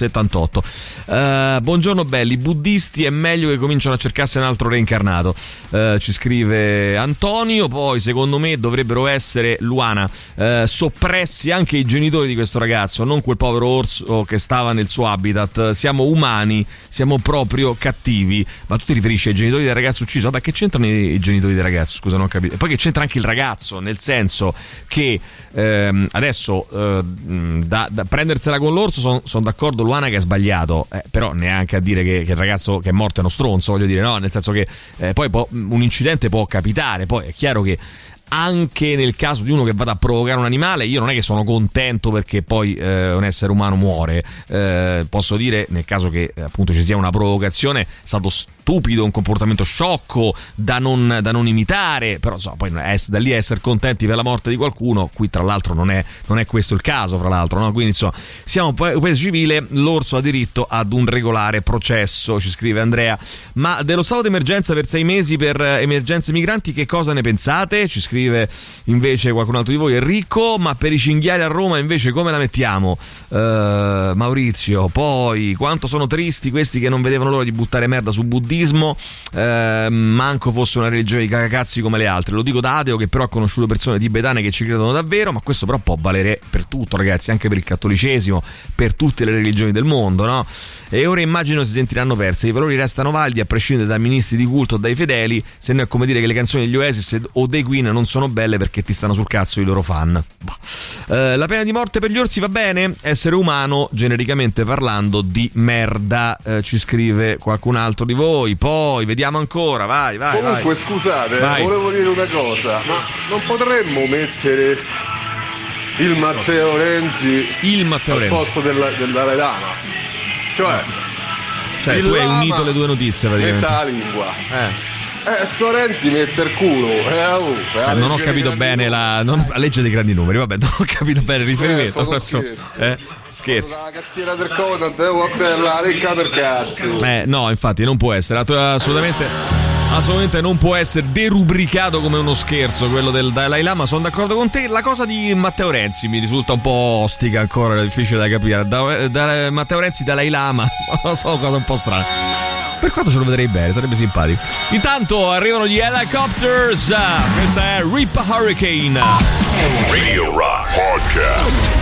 Gio78. Buongiorno belli, i buddisti è meglio che cominciano a cercarsi un altro reincarnato, ci scrive Antonio. Poi secondo me dovrebbero essere, Luana, soppressi anche i genitori di questo ragazzo, non quel povero orso che stava nel suo habitat. Siamo umani, siamo proprio cattivi. Ma tu ti riferisci ai genitori del ragazzo ucciso? Vabbè, che c'entrano i genitori del ragazzo? Scusa, non ho capito. E poi che c'entra anche il ragazzo, nel senso che adesso da prendersela con l'orso sono d'accordo, Luana, che è sbagliato, però neanche a dire che il ragazzo che è morto è uno stronzo, voglio dire, no, nel senso che poi un incidente può capitare. Poi è chiaro che anche nel caso di uno che vada a provocare un animale, io non è che sono contento perché poi un essere umano muore. Posso dire, nel caso che appunto ci sia una provocazione, è stato stupido, un comportamento sciocco da non imitare, però insomma, poi da lì a essere contenti per la morte di qualcuno, qui tra l'altro non è questo il caso, fra l'altro, no? Quindi insomma, siamo un paese civile, l'orso ha diritto ad un regolare processo, ci scrive Andrea. Ma dello stato d'emergenza per 6 mesi per emergenze migranti che cosa ne pensate? Ci scrive invece qualcun altro di voi, Enrico. Ma per i cinghiali a Roma invece come la mettiamo? Maurizio. Poi quanto sono tristi questi che non vedevano l'ora di buttare merda su buddismo, manco fosse una religione di cagacazzi come le altre. Lo dico da ateo che però ha conosciuto persone tibetane che ci credono davvero, ma questo però può valere per tutto, ragazzi, anche per il cattolicesimo, per tutte le religioni del mondo, no? E ora immagino si sentiranno persi, i valori restano validi a prescindere dai ministri di culto o dai fedeli, se no è come dire che le canzoni degli Oasis o dei Queen non sono belle perché ti stanno sul cazzo i loro fan. La pena di morte per gli orsi va bene, essere umano genericamente parlando di merda, ci scrive qualcun altro di voi. Poi vediamo ancora, vai. Comunque scusate, Vai. volevo dire una cosa, ma non potremmo mettere il Matteo Renzi al posto del Dalai Lama? Cioè il tu hai Lama unito le due notizie praticamente. mette la lingua. Sto Renzi mette il culo. Non ho capito bene la legge dei grandi numeri, vabbè, non ho capito bene il riferimento. Scherzi. La cassiera del Conan, vabbè, la ricca per cazzo. No, infatti non può essere assolutamente. assolutamente non può essere derubricato come uno scherzo quello del Dalai Lama. Sono d'accordo con te. La cosa di Matteo Renzi mi risulta un po' ostica, ancora difficile da capire. Da Matteo Renzi, Dalai Lama sono cose un po' strane. Per quanto ce lo vedrei bene, sarebbe simpatico. Intanto arrivano gli Helicopters. Questa è Rip Hurricane. Radio Rock Podcast.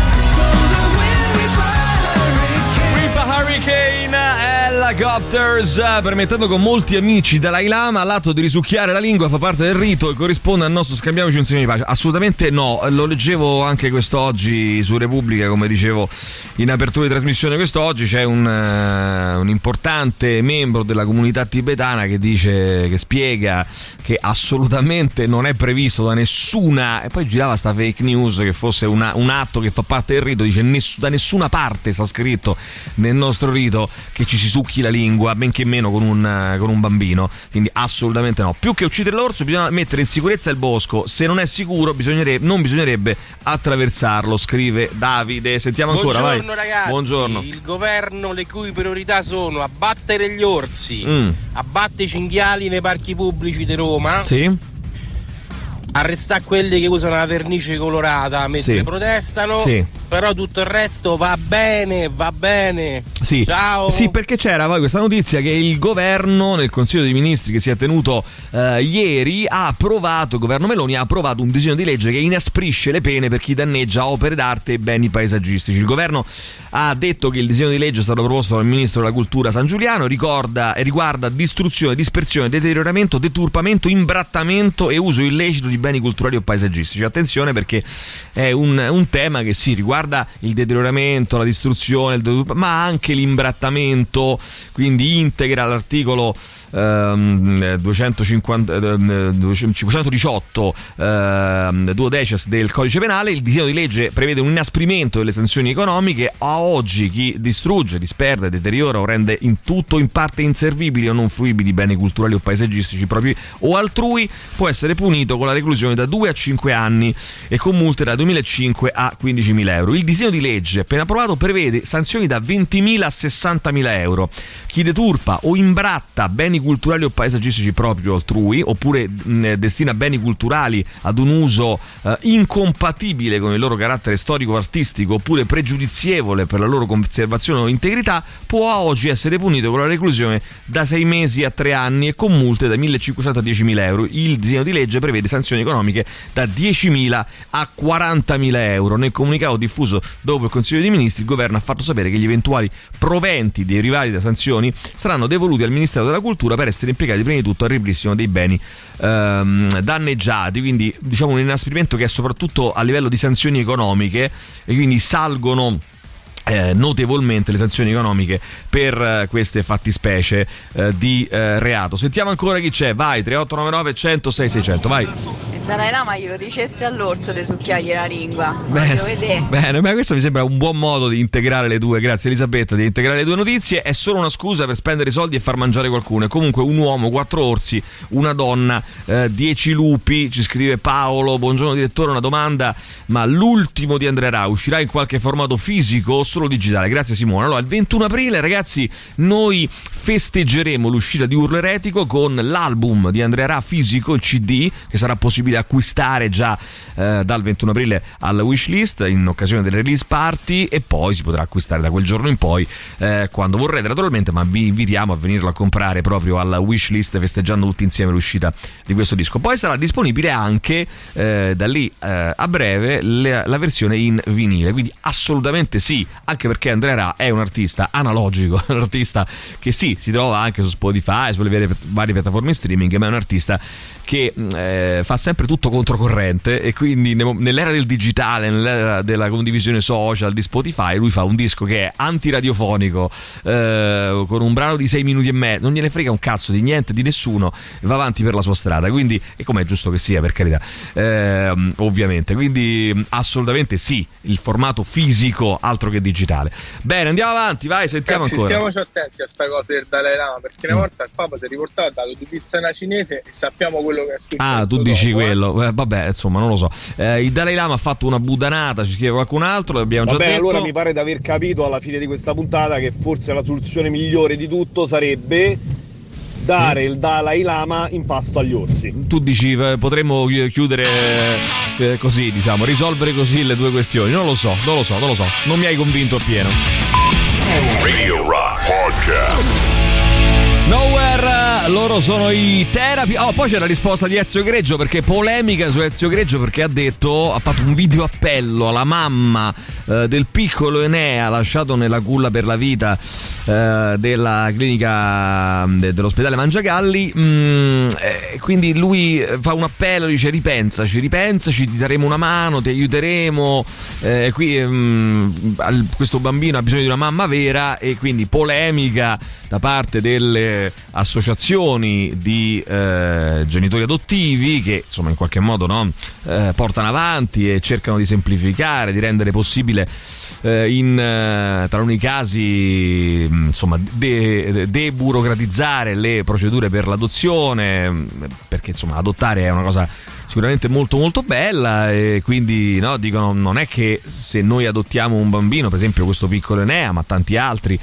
Hurricane Helicopters, permettendo con molti amici Dalai Lama, l'atto di risucchiare la lingua fa parte del rito e corrisponde al nostro scambiamoci un segno di pace. Assolutamente no, lo leggevo anche quest'oggi su Repubblica, come dicevo in apertura di trasmissione. Quest'oggi c'è un importante membro della comunità tibetana che dice, che spiega che assolutamente non è previsto da nessuna, e poi girava sta fake news che fosse un atto che fa parte del rito. Dice da nessuna parte sta scritto nel nostro rito che ci si succhi la lingua, benché meno con un bambino, quindi assolutamente no. Più che uccidere l'orso bisogna mettere in sicurezza il bosco, se non è sicuro non bisognerebbe attraversarlo, scrive Davide. Sentiamo ancora, buongiorno, vai. Ragazzi, buongiorno. Il governo, le cui priorità sono abbattere gli orsi, abbattere i cinghiali nei parchi pubblici di Roma, sì, arrestare quelli che usano la vernice colorata mentre protestano, però tutto il resto va bene. Sì. Ciao. Sì, perché c'era poi questa notizia che il governo, nel Consiglio dei Ministri che si è tenuto ieri, il governo Meloni ha approvato un disegno di legge che inasprisce le pene per chi danneggia opere d'arte e beni paesaggistici. Il governo ha detto che il disegno di legge è stato proposto dal ministro della cultura Sangiuliano, riguarda distruzione, dispersione, deterioramento, deturpamento, imbrattamento e uso illecito di beni culturali o paesaggistici. Attenzione, perché è un tema che riguarda il deterioramento, la distruzione, ma anche l'imbratamento, quindi integra l'articolo 518 duodecies del codice penale. Il disegno di legge prevede un inasprimento delle sanzioni economiche. A oggi chi distrugge, disperde, deteriora o rende in tutto o in parte inservibili o non fruibili beni culturali o paesaggistici propri o altrui può essere punito con la reclusione da 2 a 5 anni e con multe da 2.500 a 15.000 euro. Il disegno di legge appena approvato prevede sanzioni da 20.000 a 60.000 euro. Chi deturpa o imbratta beni culturali o paesaggistici propri o altrui, oppure destina beni culturali ad un uso incompatibile con il loro carattere storico-artistico oppure pregiudizievole per la loro conservazione o integrità, può a oggi essere punito con la reclusione da 6 mesi a 3 anni e con multe da 1.500 a 10.000 euro. Il disegno di legge prevede sanzioni economiche da 10.000 a 40.000 euro. Nel comunicato diffuso dopo il Consiglio dei Ministri, il governo ha fatto sapere che gli eventuali proventi derivati da sanzioni saranno devoluti al Ministero della Cultura per essere impiegati prima di tutto al ripristino dei beni danneggiati. Quindi diciamo un inasprimento che è soprattutto a livello di sanzioni economiche, e quindi salgono notevolmente le sanzioni economiche per queste fattispecie di reato. Sentiamo ancora chi c'è, vai. 3899 106 600, vai. Dalai Lama glielo dicesse all'orso di succhiargli la lingua. Bene, ma questo mi sembra un buon modo di integrare le due, grazie Elisabetta, di integrare le due notizie. È solo una scusa per spendere soldi e far mangiare qualcuno. E comunque un uomo, 4 orsi, una donna, 10 lupi, ci scrive Paolo. Buongiorno direttore, una domanda, ma l'ultimo di Andrea Ra uscirà in qualche formato fisico o solo digitale? Grazie Simone. Allora, il 21 aprile, ragazzi, noi festeggeremo l'uscita di Urlo Eretico con l'album di Andrea Ra fisico, il CD, che sarà possibile acquistare già dal 21 aprile al wishlist in occasione delle release party, e poi si potrà acquistare da quel giorno in poi quando vorrete naturalmente, ma vi invitiamo a venirlo a comprare proprio al wishlist, festeggiando tutti insieme l'uscita di questo disco. Poi sarà disponibile anche da lì a breve la versione in vinile, quindi assolutamente sì, anche perché Andrea Ra è un artista analogico, un artista che sì, si trova anche su Spotify, sulle varie piattaforme streaming, ma è un artista che fa sempre tutto controcorrente, e quindi nell'era del digitale, nell'era della condivisione social di Spotify, lui fa un disco che è antiradiofonico, con un brano di 6 minuti e mezzo, non gliene frega un cazzo di niente, di nessuno, va avanti per la sua strada, quindi, e come è giusto che sia, per carità, ovviamente, quindi assolutamente sì, il formato fisico altro che digitale. Bene, andiamo avanti, vai, sentiamo ancora. Stiamoci attenti a sta cosa del Dalai Lama, perché una volta il Papa si è riportato dato di pizza cinese e sappiamo quello che è successo. Ah, tu dici quello, vabbè, insomma, non lo so. Il Dalai Lama ha fatto una budanata, ci scrive qualcun altro, l'abbiamo già detto. Allora mi pare di aver capito alla fine di questa puntata che forse la soluzione migliore di tutto sarebbe dare il Dalai Lama in pasto agli orsi. Tu dici potremmo chiudere così, diciamo, risolvere così le due questioni. Non lo so. Non mi hai convinto appieno. Radio Rock Podcast. Nowhere, loro sono i Therapy. Poi c'è la risposta di Ezio Greggio, perché polemica su Ezio Greggio, perché ha fatto un video appello alla mamma del piccolo Enea lasciato nella culla per la vita della clinica dell'ospedale Mangiagalli. Quindi lui fa un appello, dice ripensaci, ti daremo una mano, ti aiuteremo, questo bambino ha bisogno di una mamma vera. E quindi polemica da parte delle associazioni di genitori adottivi che insomma in qualche modo portano avanti e cercano di semplificare, di rendere possibile in taluni casi insomma deburocratizzare le procedure per l'adozione, perché insomma adottare è una cosa sicuramente molto molto bella, e quindi dicono non è che se noi adottiamo un bambino, per esempio questo piccolo Enea ma tanti altri,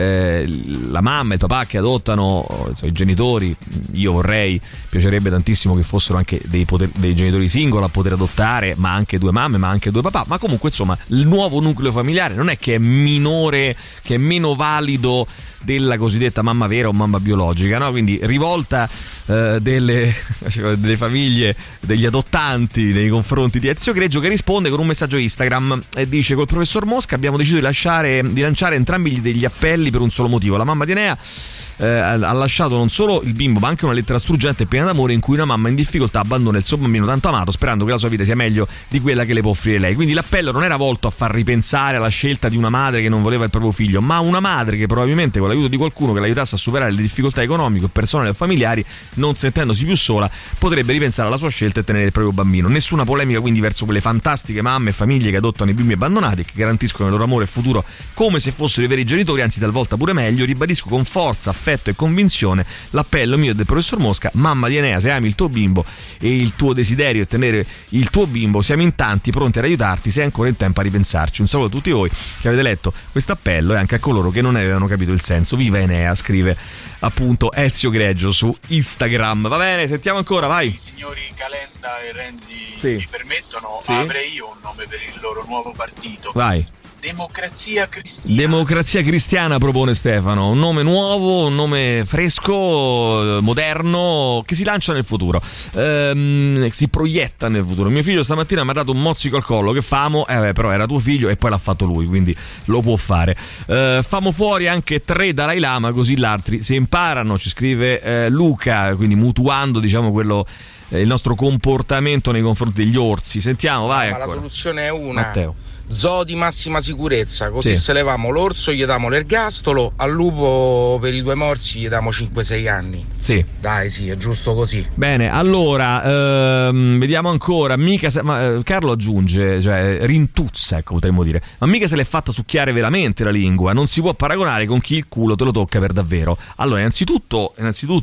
la mamma e il papà che adottano, i genitori, piacerebbe tantissimo che fossero anche dei genitori singoli a poter adottare, ma anche due mamme, ma anche due papà, ma comunque insomma il nuovo nucleo familiare non è che è minore, che è meno valido della cosiddetta mamma vera o mamma biologica, quindi rivolta delle famiglie, degli adottanti nei confronti di Ezio Greggio, che risponde con un messaggio Instagram e dice: col professor Mosca abbiamo deciso di lanciare entrambi degli appelli per un solo motivo. La mamma di Enea ha lasciato non solo il bimbo ma anche una lettera struggente e piena d'amore in cui una mamma in difficoltà abbandona il suo bambino tanto amato, sperando che la sua vita sia meglio di quella che le può offrire lei. Quindi l'appello non era volto a far ripensare alla scelta di una madre che non voleva il proprio figlio, ma una madre che probabilmente con l'aiuto di qualcuno che l'aiutasse a superare le difficoltà economiche, personali o familiari, non sentendosi più sola, potrebbe ripensare alla sua scelta e tenere il proprio bambino. Nessuna polemica quindi verso quelle fantastiche mamme e famiglie che adottano i bimbi abbandonati e che garantiscono il loro amore e futuro come se fossero i veri genitori, anzi talvolta pure meglio. Ribadisco con forza, affetto e convinzione l'appello mio e del professor Mosca: mamma di Enea, se ami il tuo bimbo e il tuo desiderio è tenere il tuo bimbo, siamo in tanti pronti ad aiutarti, se è ancora in tempo a ripensarci. Un saluto a tutti voi che avete letto questo appello e anche a coloro che non avevano capito il senso. Viva Enea, scrive appunto Ezio Greggio su Instagram. Va bene, sentiamo ancora, vai. I signori Calenda e Renzi mi permettono, avrei io un nome per il loro nuovo partito. Vai. Democrazia Cristiana. Democrazia Cristiana propone Stefano, un nome nuovo, un nome fresco, moderno, che si lancia nel futuro, si proietta nel futuro. Mio figlio stamattina mi ha dato un mozzico al collo, che famo? Però era tuo figlio e poi l'ha fatto lui, quindi lo può fare. Famo fuori anche 3 Dalai Lama, così gli altri si imparano, ci scrive Luca, quindi mutuando quello il nostro comportamento nei confronti degli orsi. Sentiamo, vai. Ma la soluzione è una. Matteo. Zoo di massima sicurezza, così se levamo l'orso gli diamo l'ergastolo, al lupo per i 2 morsi gli diamo 5-6 anni. Sì. Dai, sì, è giusto così. Bene, allora vediamo ancora. Carlo aggiunge, rintuzza, ecco, potremmo dire. Ma mica se l'è fatta succhiare veramente la lingua, non si può paragonare con chi il culo te lo tocca per davvero. Allora, innanzitutto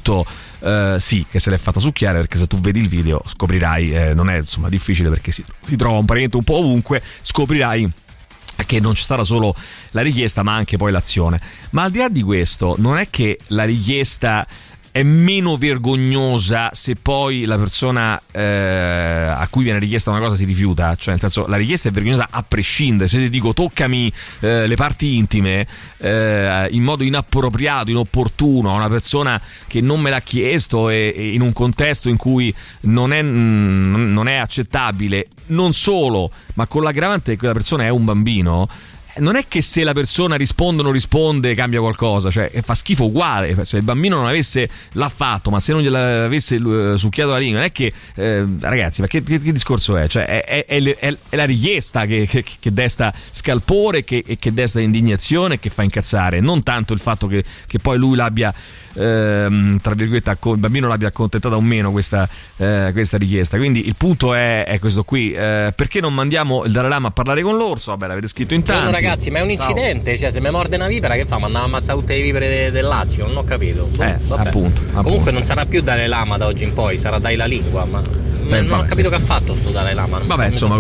sì, che se l'è fatta succhiare, perché se tu vedi il video scoprirai, non è insomma difficile perché si trova praticamente un po' ovunque, scoprirai che non c'è stata solo la richiesta ma anche poi l'azione. Ma al di là di questo, non è che la richiesta è meno vergognosa se poi la persona a cui viene richiesta una cosa si rifiuta, cioè nel senso la richiesta è vergognosa a prescindere. Se ti dico toccami le parti intime in modo inappropriato, inopportuno a una persona che non me l'ha chiesto e in un contesto in cui non è accettabile, non solo, ma con l'aggravante che quella persona è un bambino, non è che se la persona risponde o non risponde cambia qualcosa, cioè fa schifo uguale. Se il bambino non l'ha fatto, ma se non gliel'avesse succhiato la lingua, non è che ragazzi, ma che discorso è? Cioè è la richiesta che desta scalpore, che desta indignazione, che fa incazzare, non tanto il fatto che poi lui l'abbia tra virgolette il bambino l'abbia accontentata o meno questa richiesta. Quindi il punto è questo qui. Perché non mandiamo il Dalai Lama a parlare con l'orso? Vabbè, l'avete scritto in tanti. Ragazzi, ma è un incidente. Cioè, se mi morde una vipera, che fa? Ma andava a ammazzare tutte le vipere del Lazio? Non ho capito. Appunto. Comunque non sarà più Dalai Lama da oggi in poi, sarà Dai la lingua. Ma non ho capito che ha fatto sto Dalai Lama. Vabbè, insomma,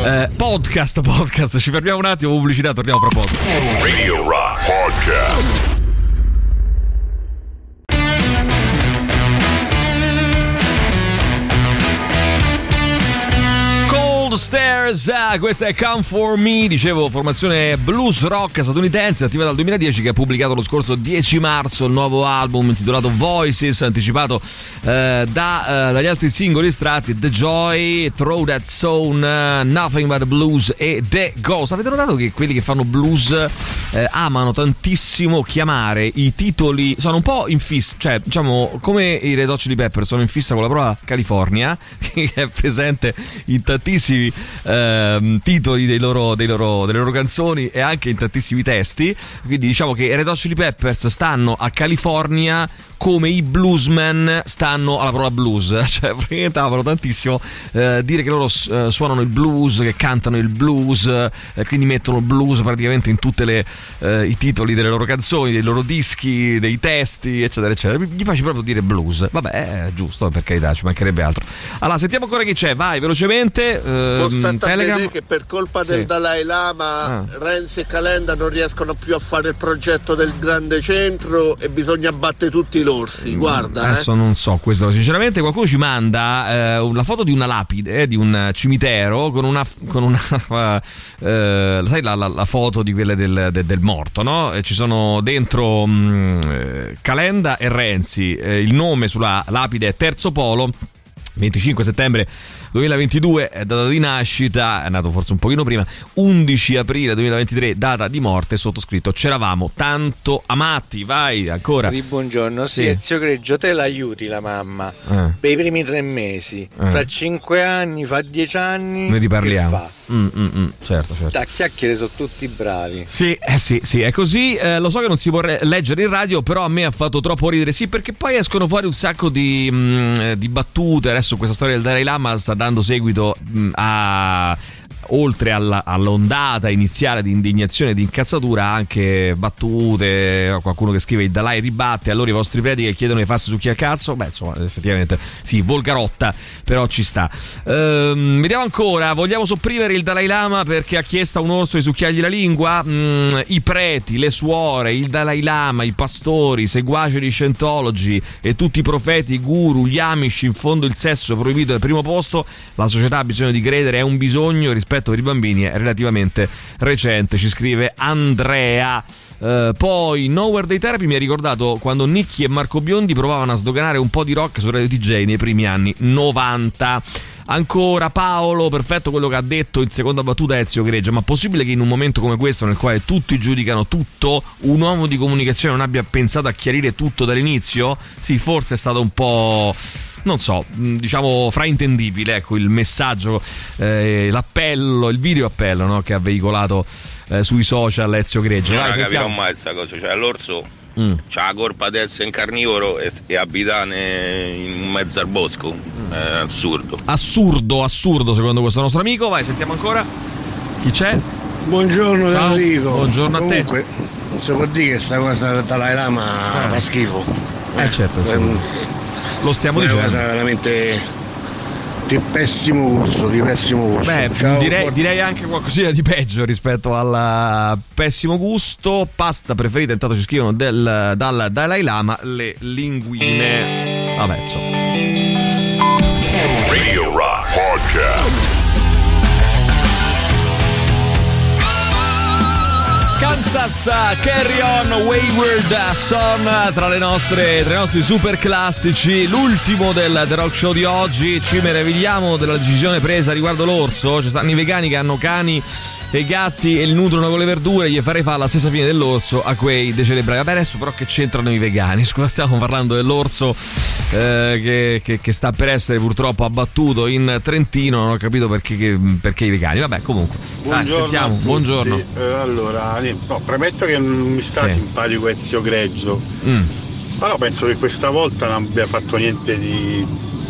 podcast. Ci fermiamo un attimo, pubblicità, torniamo fra poco. Radio Rock Podcast. the Stairs, questa è Come For Me, dicevo, formazione blues rock statunitense attiva dal 2010, che ha pubblicato lo scorso 10 marzo il nuovo album intitolato Voices, anticipato dagli altri singoli estratti: The Joy, Throw That Zone, Nothing But The Blues e The Ghost. Avete notato che quelli che fanno blues amano tantissimo chiamare i titoli, sono un po' in fissa, cioè diciamo come i Red Hot Chili Peppers sono in fissa con la parola California, che è presente in tantissimi titoli delle loro canzoni e anche in tantissimi testi. Quindi diciamo che i Red Hot Chili Peppers stanno a California come i bluesmen stanno alla parola blues, cioè praticamente amano tantissimo dire che loro suonano il blues, che cantano il blues, quindi mettono il blues praticamente in tutte i titoli delle loro canzoni, dei loro dischi, dei testi, eccetera eccetera. Gli piace proprio dire blues. Vabbè, è giusto, per carità, ci mancherebbe altro. Allora, sentiamo ancora chi c'è, vai velocemente. Constatate che per colpa del Dalai Lama Renzi e Calenda non riescono più a fare il progetto del grande centro e bisogna battere tutti l'orsi. Guarda, adesso non so questo sinceramente. Qualcuno ci manda la foto di una lapide di un cimitero con una sai la foto di quelle del morto, no? E ci sono dentro Calenda e Renzi, il nome sulla lapide è Terzo Polo, 25 settembre 2022 è data di nascita, è nato forse un pochino prima, 11 aprile 2023 data di morte, sottoscritto c'eravamo tanto amati. Vai ancora. Buongiorno, sì, Ezio Greggio, te l'aiuti la mamma per i primi 3 mesi, fra 5 anni, fa 10 anni, ne riparliamo. Che fa? Certo. Da chiacchiere sono tutti bravi. Sì, è così. Lo so che non si può leggere in radio, però a me ha fatto troppo ridere, sì, perché poi escono fuori un sacco di battute. Adesso questa storia del Dalai Lama sta dando seguito oltre all'ondata iniziale di indignazione e di incazzatura, anche battute, qualcuno che scrive il Dalai ribatte, allora i vostri preti che chiedono di farsi succhi al cazzo. Beh, insomma, effettivamente sì, volgarotta, però ci sta. Vediamo ancora. Vogliamo sopprimere il Dalai Lama perché ha chiesto a un orso di succhiargli la lingua? I preti, le suore, il Dalai Lama, i pastori, i seguaci di Scientology e tutti i profeti, i guru, gli amici, in fondo il sesso è proibito al primo posto. La società ha bisogno di credere, è un bisogno rispetto per i bambini è relativamente recente, ci scrive Andrea. Poi Nowhere Day Therapy mi ha ricordato quando Nicchi e Marco Biondi provavano a sdoganare un po' di rock su Radio TJ nei primi anni 90. Ancora Paolo, perfetto quello che ha detto in seconda battuta Ezio Greggio, ma possibile che in un momento come questo, nel quale tutti giudicano tutto, un uomo di comunicazione non abbia pensato a chiarire tutto dall'inizio? Sì, forse è stato un po', non so, diciamo fraintendibile, ecco, il messaggio, l'appello, il video appello, no, che ha veicolato sui social Ezio Greggio. Non capirò mai questa cosa, cioè l'orso c'ha la colpa di essere un carnivoro e abitare in mezzo al bosco, è assurdo secondo questo nostro amico. Vai, sentiamo ancora chi c'è. Buongiorno Enrico. Buongiorno a te. Comunque non si può dire che sta cosa del Dalai Lama fa schifo. Certo, sì. Lo stiamo dicendo. È una cosa veramente di pessimo gusto. Beh, direi anche qualcosina di peggio rispetto al pessimo gusto. Pasta preferita, intanto ci scrivono dal Dalai Lama, le linguine. Vabbè, insomma. Radio Rock Podcast. Kansas, Carry On, Wayward Son, tra i nostri super classici. L'ultimo del The Rock Show di oggi. Ci meravigliamo della decisione presa riguardo l'orso. Ci stanno i vegani che hanno cani e i gatti e li nutrono con le verdure, gli farei fare la stessa fine dell'orso a quei decelebrati. Vabbè, adesso però che c'entrano i vegani? Scusa, stiamo parlando dell'orso che sta per essere purtroppo abbattuto in Trentino. Non ho capito perché i vegani. Vabbè, comunque sentiamo. Buongiorno. Allora, premetto che non mi sta simpatico Ezio Greggio, però penso che questa volta non abbia fatto niente di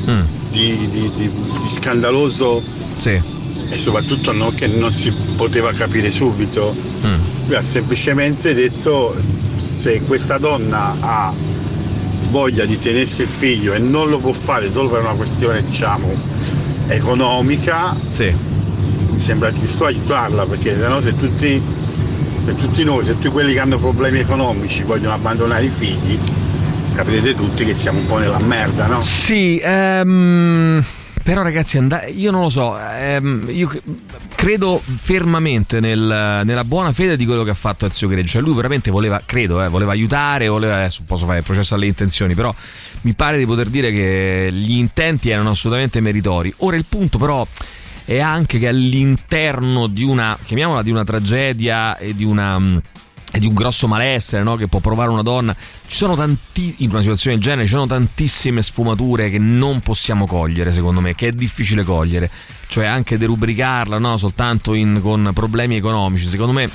scandaloso, e soprattutto che non si poteva capire subito. Lui ha semplicemente detto: se questa donna ha voglia di tenersi il figlio e non lo può fare solo per una questione, diciamo, economica, mi sembra giusto aiutarla, perché sennò se tutti quelli che hanno problemi economici vogliono abbandonare i figli, capirete tutti che siamo un po' nella merda, no? Sì, Però ragazzi, io non lo so, io credo fermamente nella buona fede di quello che ha fatto Ezio Greggio. Cioè lui veramente voleva aiutare, adesso posso fare il processo alle intenzioni, però mi pare di poter dire che gli intenti erano assolutamente meritori. Ora il punto però è anche che all'interno di una, chiamiamola, di una tragedia e di un grosso malessere, no? Che può provare una donna, ci sono in una situazione del genere ci sono tantissime sfumature che non possiamo cogliere, secondo me, che è difficile cogliere, cioè anche derubricarla, no? Soltanto con problemi economici, secondo me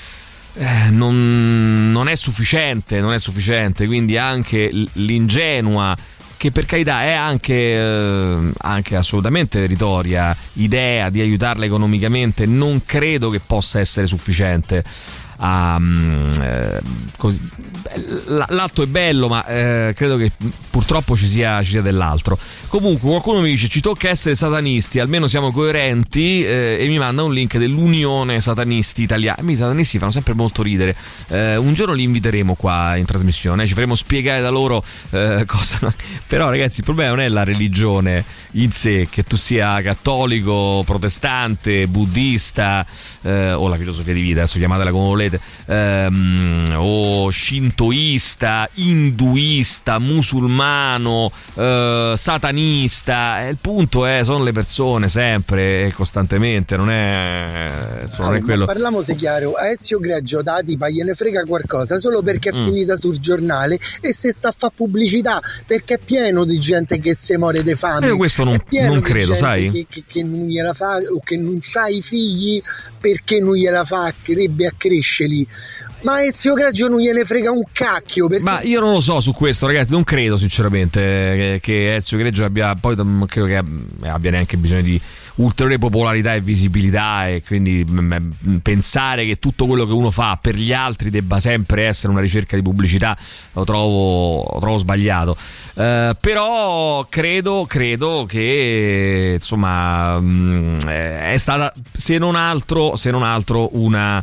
non è sufficiente, quindi anche l'ingenua, che per carità è anche assolutamente meritoria, idea di aiutarla economicamente, non credo che possa essere sufficiente. L'atto è bello, ma credo che purtroppo ci sia dell'altro. Comunque qualcuno mi dice: ci tocca essere satanisti, almeno siamo coerenti, e mi manda un link dell'Unione Satanisti Italiana. I satanisti fanno sempre molto ridere. Un giorno li inviteremo qua in trasmissione, ci faremo spiegare da loro cosa. Però ragazzi, il problema non è la religione in sé, che tu sia cattolico, protestante, buddista, o la filosofia di vita, adesso chiamatela come volete, o shintoista, induista, musulmano, satanista. Il punto sono le persone, sempre e costantemente, non è quello. Parliamoci chiaro, a Ezio Greggio da tipa gliene frega qualcosa solo perché è finita sul giornale e se sta a fa pubblicità, perché è pieno di gente che se muore di fame. Questo non credo, sai? Che non gliela fa, o che non c'ha i figli perché non gliela fa, crerebbe a crescerli. Ma Ezio Greggio non gliene frega un cacchio, perché... Ma io non lo so su questo, ragazzi, non credo sinceramente che Ezio Greggio abbia, poi non credo che abbia neanche bisogno di ulteriore popolarità e visibilità, e quindi pensare che tutto quello che uno fa per gli altri debba sempre essere una ricerca di pubblicità lo trovo sbagliato. Però credo che insomma è stata se non altro una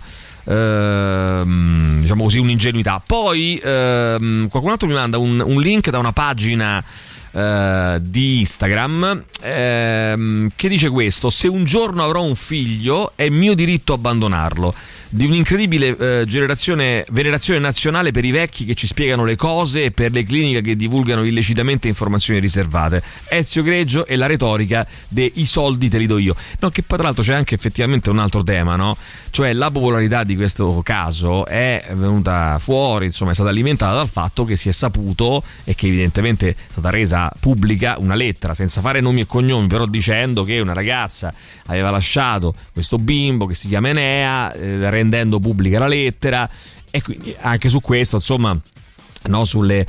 diciamo così, un'ingenuità. Poi qualcun altro mi manda un link da una pagina di Instagram che dice questo: se un giorno avrò un figlio è mio diritto abbandonarlo. Di un'incredibile venerazione nazionale per i vecchi che ci spiegano le cose e per le cliniche che divulgano illecitamente informazioni riservate. Ezio Greggio e la retorica dei soldi te li do io. No, che poi tra l'altro c'è anche effettivamente un altro tema, no? Cioè la popolarità di questo caso è venuta fuori, insomma è stata alimentata dal fatto che si è saputo, e che evidentemente è stata resa pubblica, una lettera senza fare nomi e cognomi, però dicendo che una ragazza aveva lasciato questo bimbo che si chiama Enea, rendendo pubblica la lettera. E quindi anche su questo, insomma, no, sul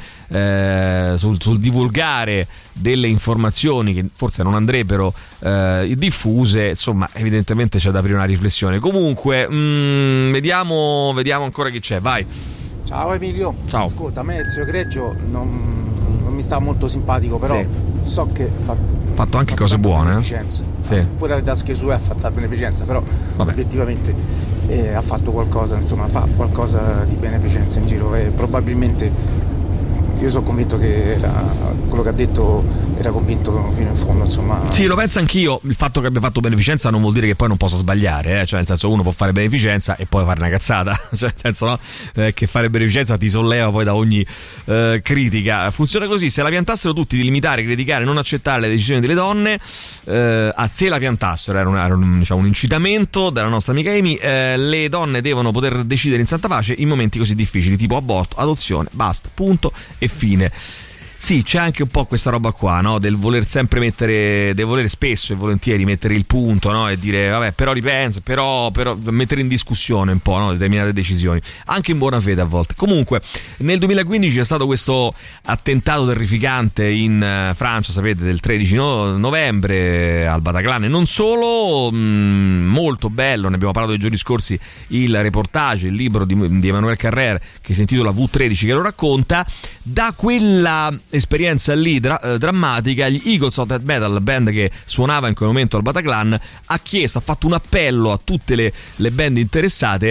divulgare delle informazioni che forse non andrebbero diffuse, insomma evidentemente c'è da aprire una riflessione. Comunque vediamo ancora chi c'è, vai. Ciao Emilio. Ciao. Ascolta, a me Ezio Greggio non mi sta molto simpatico, però so che ha fatto anche cose buone, sì. Pure le tasche sue ha fatto la beneficenza, però obiettivamente ha fatto qualcosa, insomma fa qualcosa di beneficenza in giro, e probabilmente io sono convinto che quello che ha detto era convinto fino in fondo, insomma. Sì, lo penso anch'io. Il fatto che abbia fatto beneficenza non vuol dire che poi non possa sbagliare, cioè nel senso, uno può fare beneficenza e poi fare una cazzata, cioè nel senso, no, che fare beneficenza ti solleva poi da ogni critica. Funziona così: se la piantassero tutti di limitare, criticare, non accettare le decisioni delle donne, se la piantassero era un incitamento della nostra amica Amy, le donne devono poter decidere in santa pace in momenti così difficili, tipo aborto, adozione, basta, punto e fine. Sì, c'è anche un po' questa roba qua, no? Del voler sempre del voler spesso e volentieri mettere il punto, no? E dire vabbè, però ripensa, però mettere in discussione un po', no? Determinate decisioni, anche in buona fede a volte. Comunque nel 2015 c'è stato questo attentato terrificante in Francia, sapete, del 13 novembre al Bataclan, e non solo, molto bello, ne abbiamo parlato i giorni scorsi, il reportage, il libro di Emmanuel Carrère che si intitola V13, che lo racconta. Da quella esperienza lì drammatica, gli Eagles of Death Metal, la band che suonava in quel momento al Bataclan, ha fatto un appello a tutte le band interessate: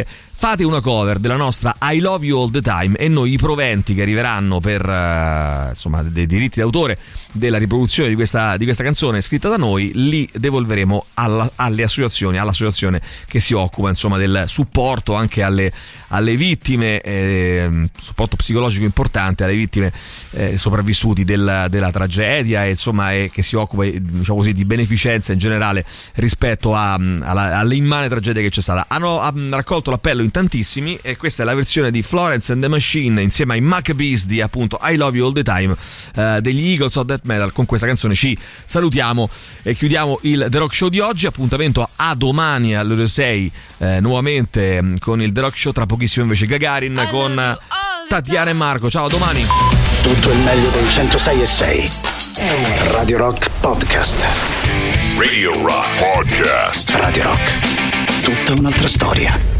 fate una cover della nostra I Love You All The Time e noi i proventi che arriveranno per insomma dei diritti d'autore della riproduzione di questa canzone scritta da noi li devolveremo all'associazione che si occupa insomma del supporto anche alle vittime, supporto psicologico importante alle vittime sopravvissuti della tragedia, e insomma che si occupa, diciamo così, di beneficenza in generale rispetto all'immane tragedia che c'è stata. Hanno raccolto l'appello in tantissimi e questa è la versione di Florence and the Machine insieme ai Maccabees di appunto I Love You All The Time degli Eagles of Death Metal. Con questa canzone ci salutiamo e chiudiamo il The Rock Show di oggi. Appuntamento a domani alle ore 6 nuovamente con il The Rock Show, tra pochissimo invece Gagarin con Tatiana e Marco. Ciao, a domani. Tutto il meglio dei 106.6 Radio Rock Podcast. Radio Rock Podcast. Radio Rock, tutta un'altra storia.